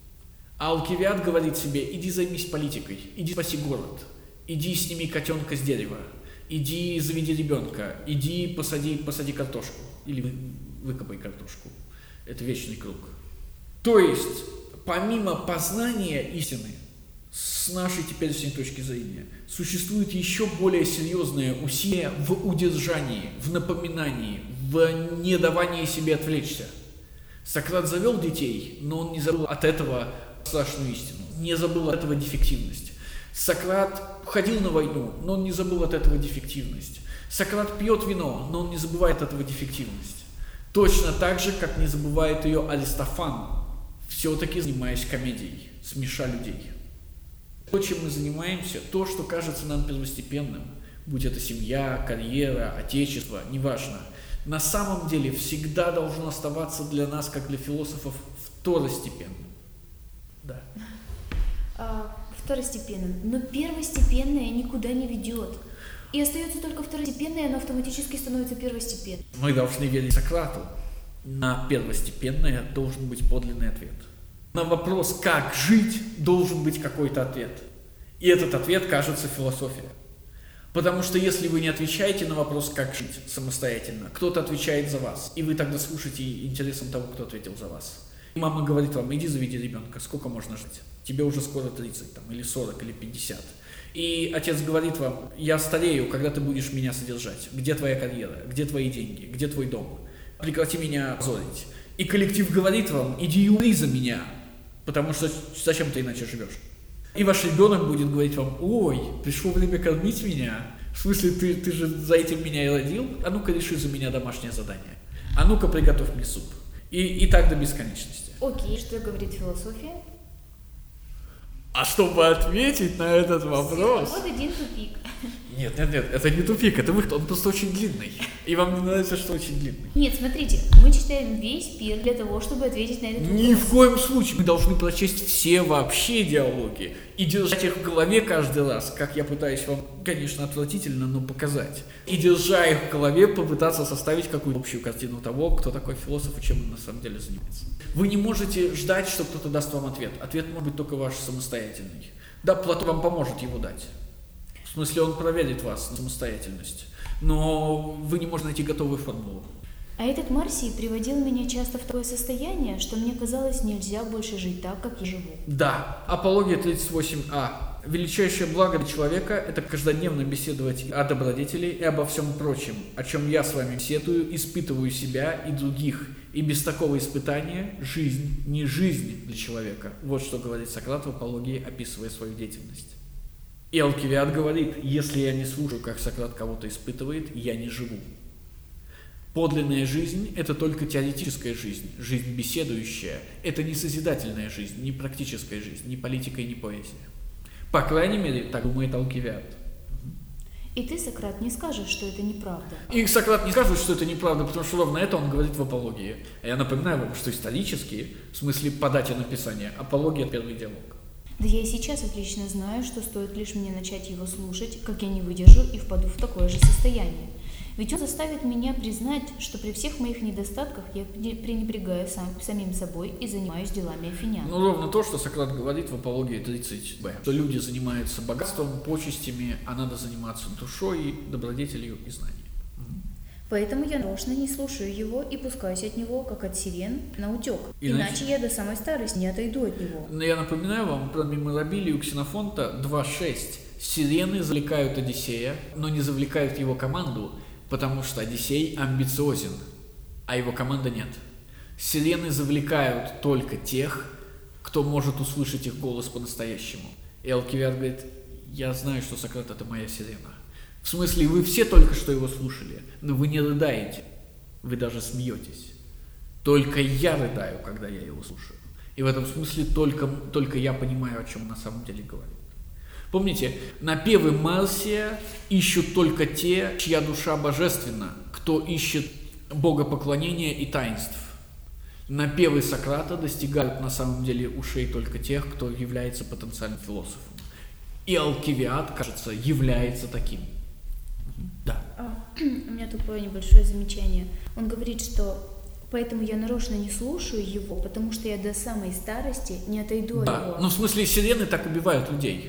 А Алкивиад говорит себе: иди займись политикой, иди спаси город, иди сними котенка с дерева. иди заведи ребенка, иди посади, посади картошку или вы, выкопай картошку. Это вечный круг. То есть, помимо познания истины, с нашей теперешней точки зрения, существует еще более серьезное усилие в удержании, в напоминании, в недавании себе отвлечься. Сократ завел детей, но он не забыл от этого страшную истину, не забыл от этого дефективность. Сократ ходил на войну, но он не забыл от этого дефективность. Сократ пьет вино, но он не забывает от этого дефективность. Точно так же, как не забывает ее Аристофан, все-таки занимаясь комедией, смеша людей. То, чем мы занимаемся, то, что кажется нам первостепенным, будь это семья, карьера, отечество, неважно, на самом деле всегда должно оставаться для нас, как для философов, второстепенным. Да. А, второстепенным. Но первостепенное никуда не ведет. И остается только второстепенное, оно автоматически становится первостепенным. Мы должны верить Сократу. На первостепенное должен быть подлинный ответ. На вопрос, как жить, должен быть какой-то ответ. И этот ответ, кажется, философия. Потому что если вы не отвечаете на вопрос, как жить самостоятельно, кто-то отвечает за вас, и вы тогда слушаете интересом того, кто ответил за вас. И мама говорит вам, иди заведи ребенка, сколько можно жить? Тебе уже скоро тридцать, там, или сорок, или пятьдесят. И отец говорит вам, я старею, когда ты будешь меня содержать? Где твоя карьера? Где твои деньги? Где твой дом? Прекрати меня позорить. И коллектив говорит вам, иди и умри за меня, потому что зачем ты иначе живешь? И ваш ребенок будет говорить вам, ой, пришло время кормить меня. В смысле, ты, ты же за этим меня и родил? А ну-ка реши за меня домашнее задание. А ну-ка приготовь мне суп. И, и так до бесконечности. Окей, что говорит философия? А чтобы ответить на этот вопрос... Вот один тупик. Нет, нет, нет, это не тупик, это выход, он просто очень длинный. И вам не нравится, что очень длинный. Нет, смотрите, мы читаем весь пир для того, чтобы ответить на этот вопрос. Ни в коем случае. Мы должны прочесть все вообще диалоги и держать их в голове каждый раз, как я пытаюсь вам, конечно, отвратительно, но показать. И держа их в голове, попытаться составить какую-то общую картину того, кто такой философ и чем он на самом деле занимается. Вы не можете ждать, что кто-то даст вам ответ. Ответ может быть только ваш самостоятельный. Да, Платон вам поможет его дать. В смысле, он проверит вас на самостоятельность. Но вы не можете найти готовую формулу. А этот Марсий приводил меня часто в такое состояние, что мне казалось, нельзя больше жить так, как я живу. Да, Апология тридцать восемь а. Величайшее благо для человека – это каждодневно беседовать о добродетели и обо всем прочем, о чем я с вами беседую, испытываю себя и других. И без такого испытания жизнь не жизнь для человека. Вот что говорит Сократ в Апологии, описывая свою деятельность. И Алкивиад говорит, если я не слушаю, как Сократ кого-то испытывает, я не живу. Подлинная жизнь – это только теоретическая жизнь, жизнь беседующая. Это не созидательная жизнь, не практическая жизнь, не политика и не поэзия. По крайней мере, так думает Алкивиад. И ты, Сократ, не скажешь, что это неправда. И Сократ не скажет, что это неправда, потому что ровно это он говорит в Апологии. А я напоминаю вам, что исторически, в смысле по дате написания, Апология – первый диалог. Да я и сейчас отлично знаю, что стоит лишь мне начать его слушать, как я не выдержу и впаду в такое же состояние. Ведь он заставит меня признать, что при всех моих недостатках я пренебрегаю сам, самим собой и занимаюсь делами афинян. Ну, ровно то, что Сократ говорит в Апологии тридцать бэ, что люди занимаются богатством, почестями, а надо заниматься душой, добродетелью и знанием. Поэтому я нарочно не слушаю его и пускаюсь от него, как от сирен, на утек. Иначе я до самой старости не отойду от него. Но я напоминаю вам про меморабилию Ксенофонта два шесть. Сирены завлекают Одиссея, но не завлекают его команду, потому что Одиссей амбициозен, а его команда нет. Сирены завлекают только тех, кто может услышать их голос по-настоящему. И Алкивиад говорит, я знаю, что Сократ – это моя сирена. В смысле, вы все только что его слушали, но вы не рыдаете, вы даже смеетесь. Только я рыдаю, когда я его слушаю. И в этом смысле только, только я понимаю, о чем он на самом деле говорит. Помните, напевы Марсия ищут только те, чья душа божественна, кто ищет богопоклонения и таинств. Напевы Сократа достигают на самом деле ушей только тех, кто является потенциальным философом. И Алкивиад, кажется, является таким. Да. А, у меня такое небольшое замечание. Он говорит, что поэтому я нарочно не слушаю его, потому что я до самой старости не отойду да. от него. Ну, в смысле, сирены так убивают людей.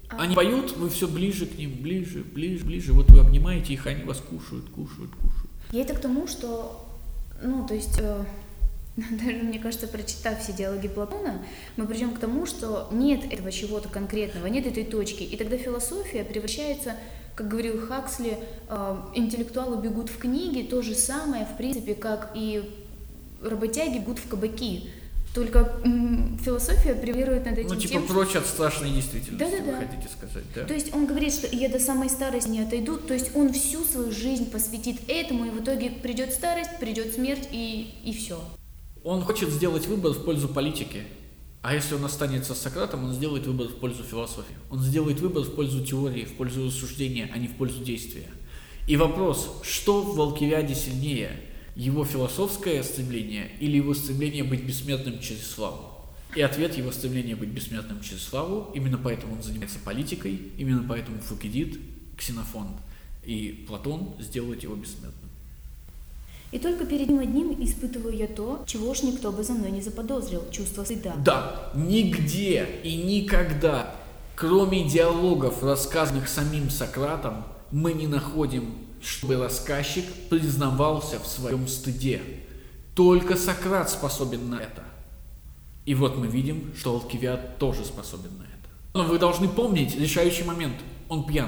А... Они поют, вы все ближе к ним, ближе, ближе, ближе. Вот вы обнимаете их, они вас кушают, кушают, кушают. Я это к тому, что, ну, то есть, э, даже, мне кажется, прочитав все диалоги Платона, мы придем к тому, что нет этого чего-то конкретного, нет этой точки. И тогда философия превращается, как говорил Хаксли, э, интеллектуалы бегут в книги, то же самое, в принципе, как и работяги бегут в кабаки. Только м, философия превалирует над этим Ну, типа тем, прочь что... от страшной действительности, Да-да-да. вы хотите сказать, да? То есть он говорит, что я до самой старости не отойду, то есть он всю свою жизнь посвятит этому, и в итоге придет старость, придет смерть, и, и все. Он хочет сделать выбор в пользу политики. А если он останется с Сократом, он сделает выбор в пользу философии. Он сделает выбор в пользу теории, в пользу рассуждения, а не в пользу действия. И вопрос, что в Алкивиаде сильнее? Его философское стремление или его стремление быть бессмертным через славу? И ответ — его стремление быть бессмертным через славу. Именно поэтому он занимается политикой, именно поэтому Фукидид, Ксенофон и Платон сделают его бессмертным. И только перед ним одним испытываю я то, чего уж никто бы за мной не заподозрил, чувство стыда. Да, нигде и никогда, кроме диалогов, рассказанных самим Сократом, мы не находим, чтобы рассказчик признавался в своем стыде. Только Сократ способен на это. И вот мы видим, что Алкивиад тоже способен на это. Но вы должны помнить решающий момент. Он пьян.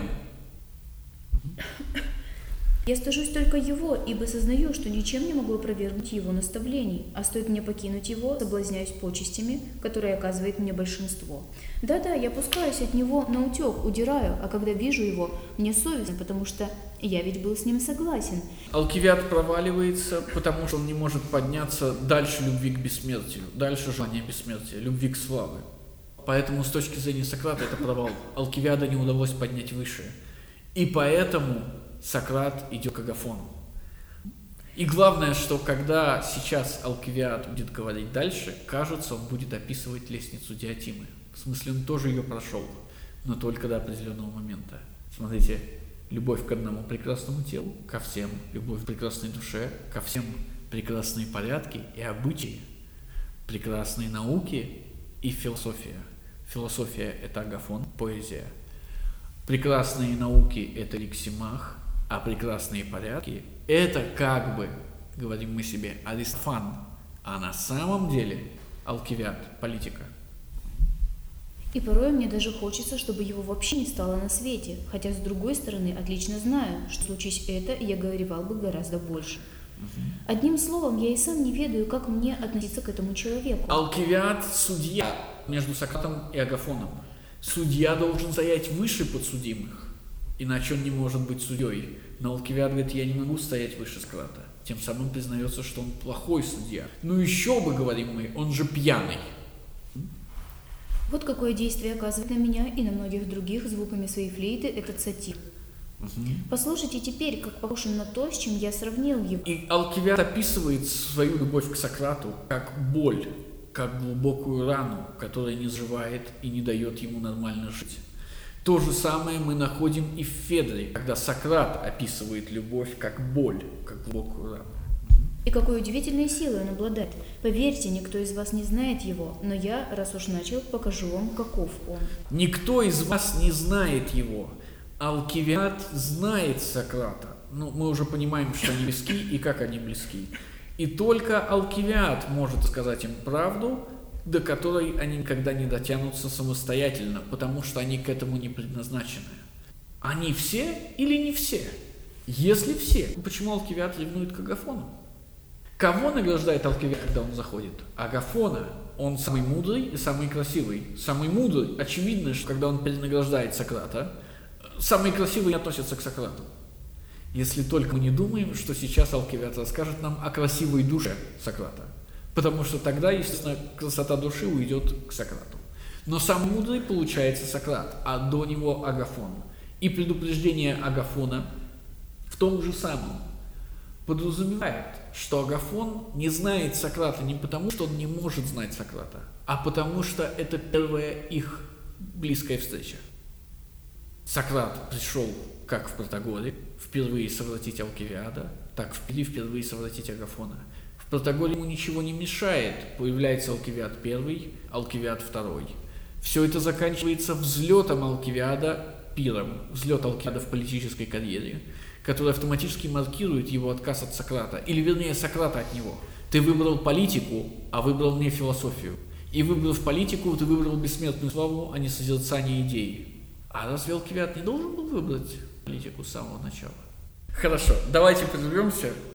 Я стыжусь только его, ибо сознаю, что ничем не могу опровергнуть его наставлений, а стоит мне покинуть его, соблазняюсь почестями, которые оказывает мне большинство. Да-да, я пускаюсь от него наутек, удираю, а когда вижу его, мне совестно, потому что я ведь был с ним согласен. Алкивиад проваливается, потому что он не может подняться дальше любви к бессмертию, дальше желания бессмертия, любви к славе. Поэтому с точки зрения Сократа это провал. Алкивиада не удалось поднять выше. И поэтому Сократ идет к Агафону. И главное, что когда сейчас Алкивиад будет говорить дальше, кажется, он будет описывать лестницу Диотимы. В смысле, он тоже ее прошел, но только до определенного момента. Смотрите, любовь к одному прекрасному телу, ко всем, любовь к прекрасной душе, ко всем прекрасные порядки и обычаи, прекрасные науки и философия. Философия – это Агафон, поэзия. Прекрасные науки – это Ликсимах, а прекрасные порядки – это как бы, говорим мы себе, Аристофан, а на самом деле Алкивиад, политика. И порой мне даже хочется, чтобы его вообще не стало на свете, хотя с другой стороны отлично знаю, что случись это, я горевал бы гораздо больше. Угу. Одним словом, я и сам не ведаю, как мне относиться к этому человеку. Алкивиад – судья между Сократом и Агафоном. Судья должен стоять выше подсудимых, иначе он не может быть судьей. Но Алкивиад говорит, я не могу стоять выше Сократа. Тем самым признается, что он плохой судья. Ну еще бы, говорим мы, он же пьяный. Вот какое действие оказывает на меня и на многих других звуками своей флейты этот сатир. Угу. Послушайте теперь, как похож он на то, с чем я сравнил его. И Алкивиад описывает свою любовь к Сократу как боль, как глубокую рану, которая не заживает и не дает ему нормально жить. То же самое мы находим и в Федре, когда Сократ описывает любовь как боль, как глубокую рану. И какой удивительной силой он обладает. Поверьте, никто из вас не знает его, но я, раз уж начал, покажу вам, каков он. Никто из вас не знает его. Алкивиад знает Сократа. Ну, мы уже понимаем, что они близки и как они близки. И только Алкивиад может сказать им правду, до которой они никогда не дотянутся самостоятельно, потому что они к этому не предназначены. Они все или не все? Если все, почему Алкивиад ревнует к Агафону? Кого награждает Алкивиад, когда он заходит? Агафона. Он самый мудрый и самый красивый. Самый мудрый, очевидно, что когда он перенаграждает Сократа, самый красивый не относится к Сократу. Если только мы не думаем, что сейчас Алкивиад расскажет нам о красивой душе Сократа. Потому что тогда, естественно, красота души уйдет к Сократу. Но самый мудрый получается Сократ, а до него Агафон. И предупреждение Агафона в том же самом подразумевает, что Агафон не знает Сократа не потому, что он не может знать Сократа, а потому что это первая их близкая встреча. Сократ пришел, как в Протагоре, впервые совратить Алкивиада, так в Пили впервые совратить Агафона. В Протагоре ему ничего не мешает, появляется Алкивиад первый, Алкивиад второй. Все это заканчивается взлетом Алкивиада, пиром, взлет Алкивиада в политической карьере, который автоматически маркирует его отказ от Сократа, или вернее Сократа от него. Ты выбрал политику, а выбрал не философию. И выбрав политику, ты выбрал бессмертную славу, а не созерцание идеи. А разве Алкивиад не должен был выбрать политику с самого начала? Хорошо, давайте прервемся.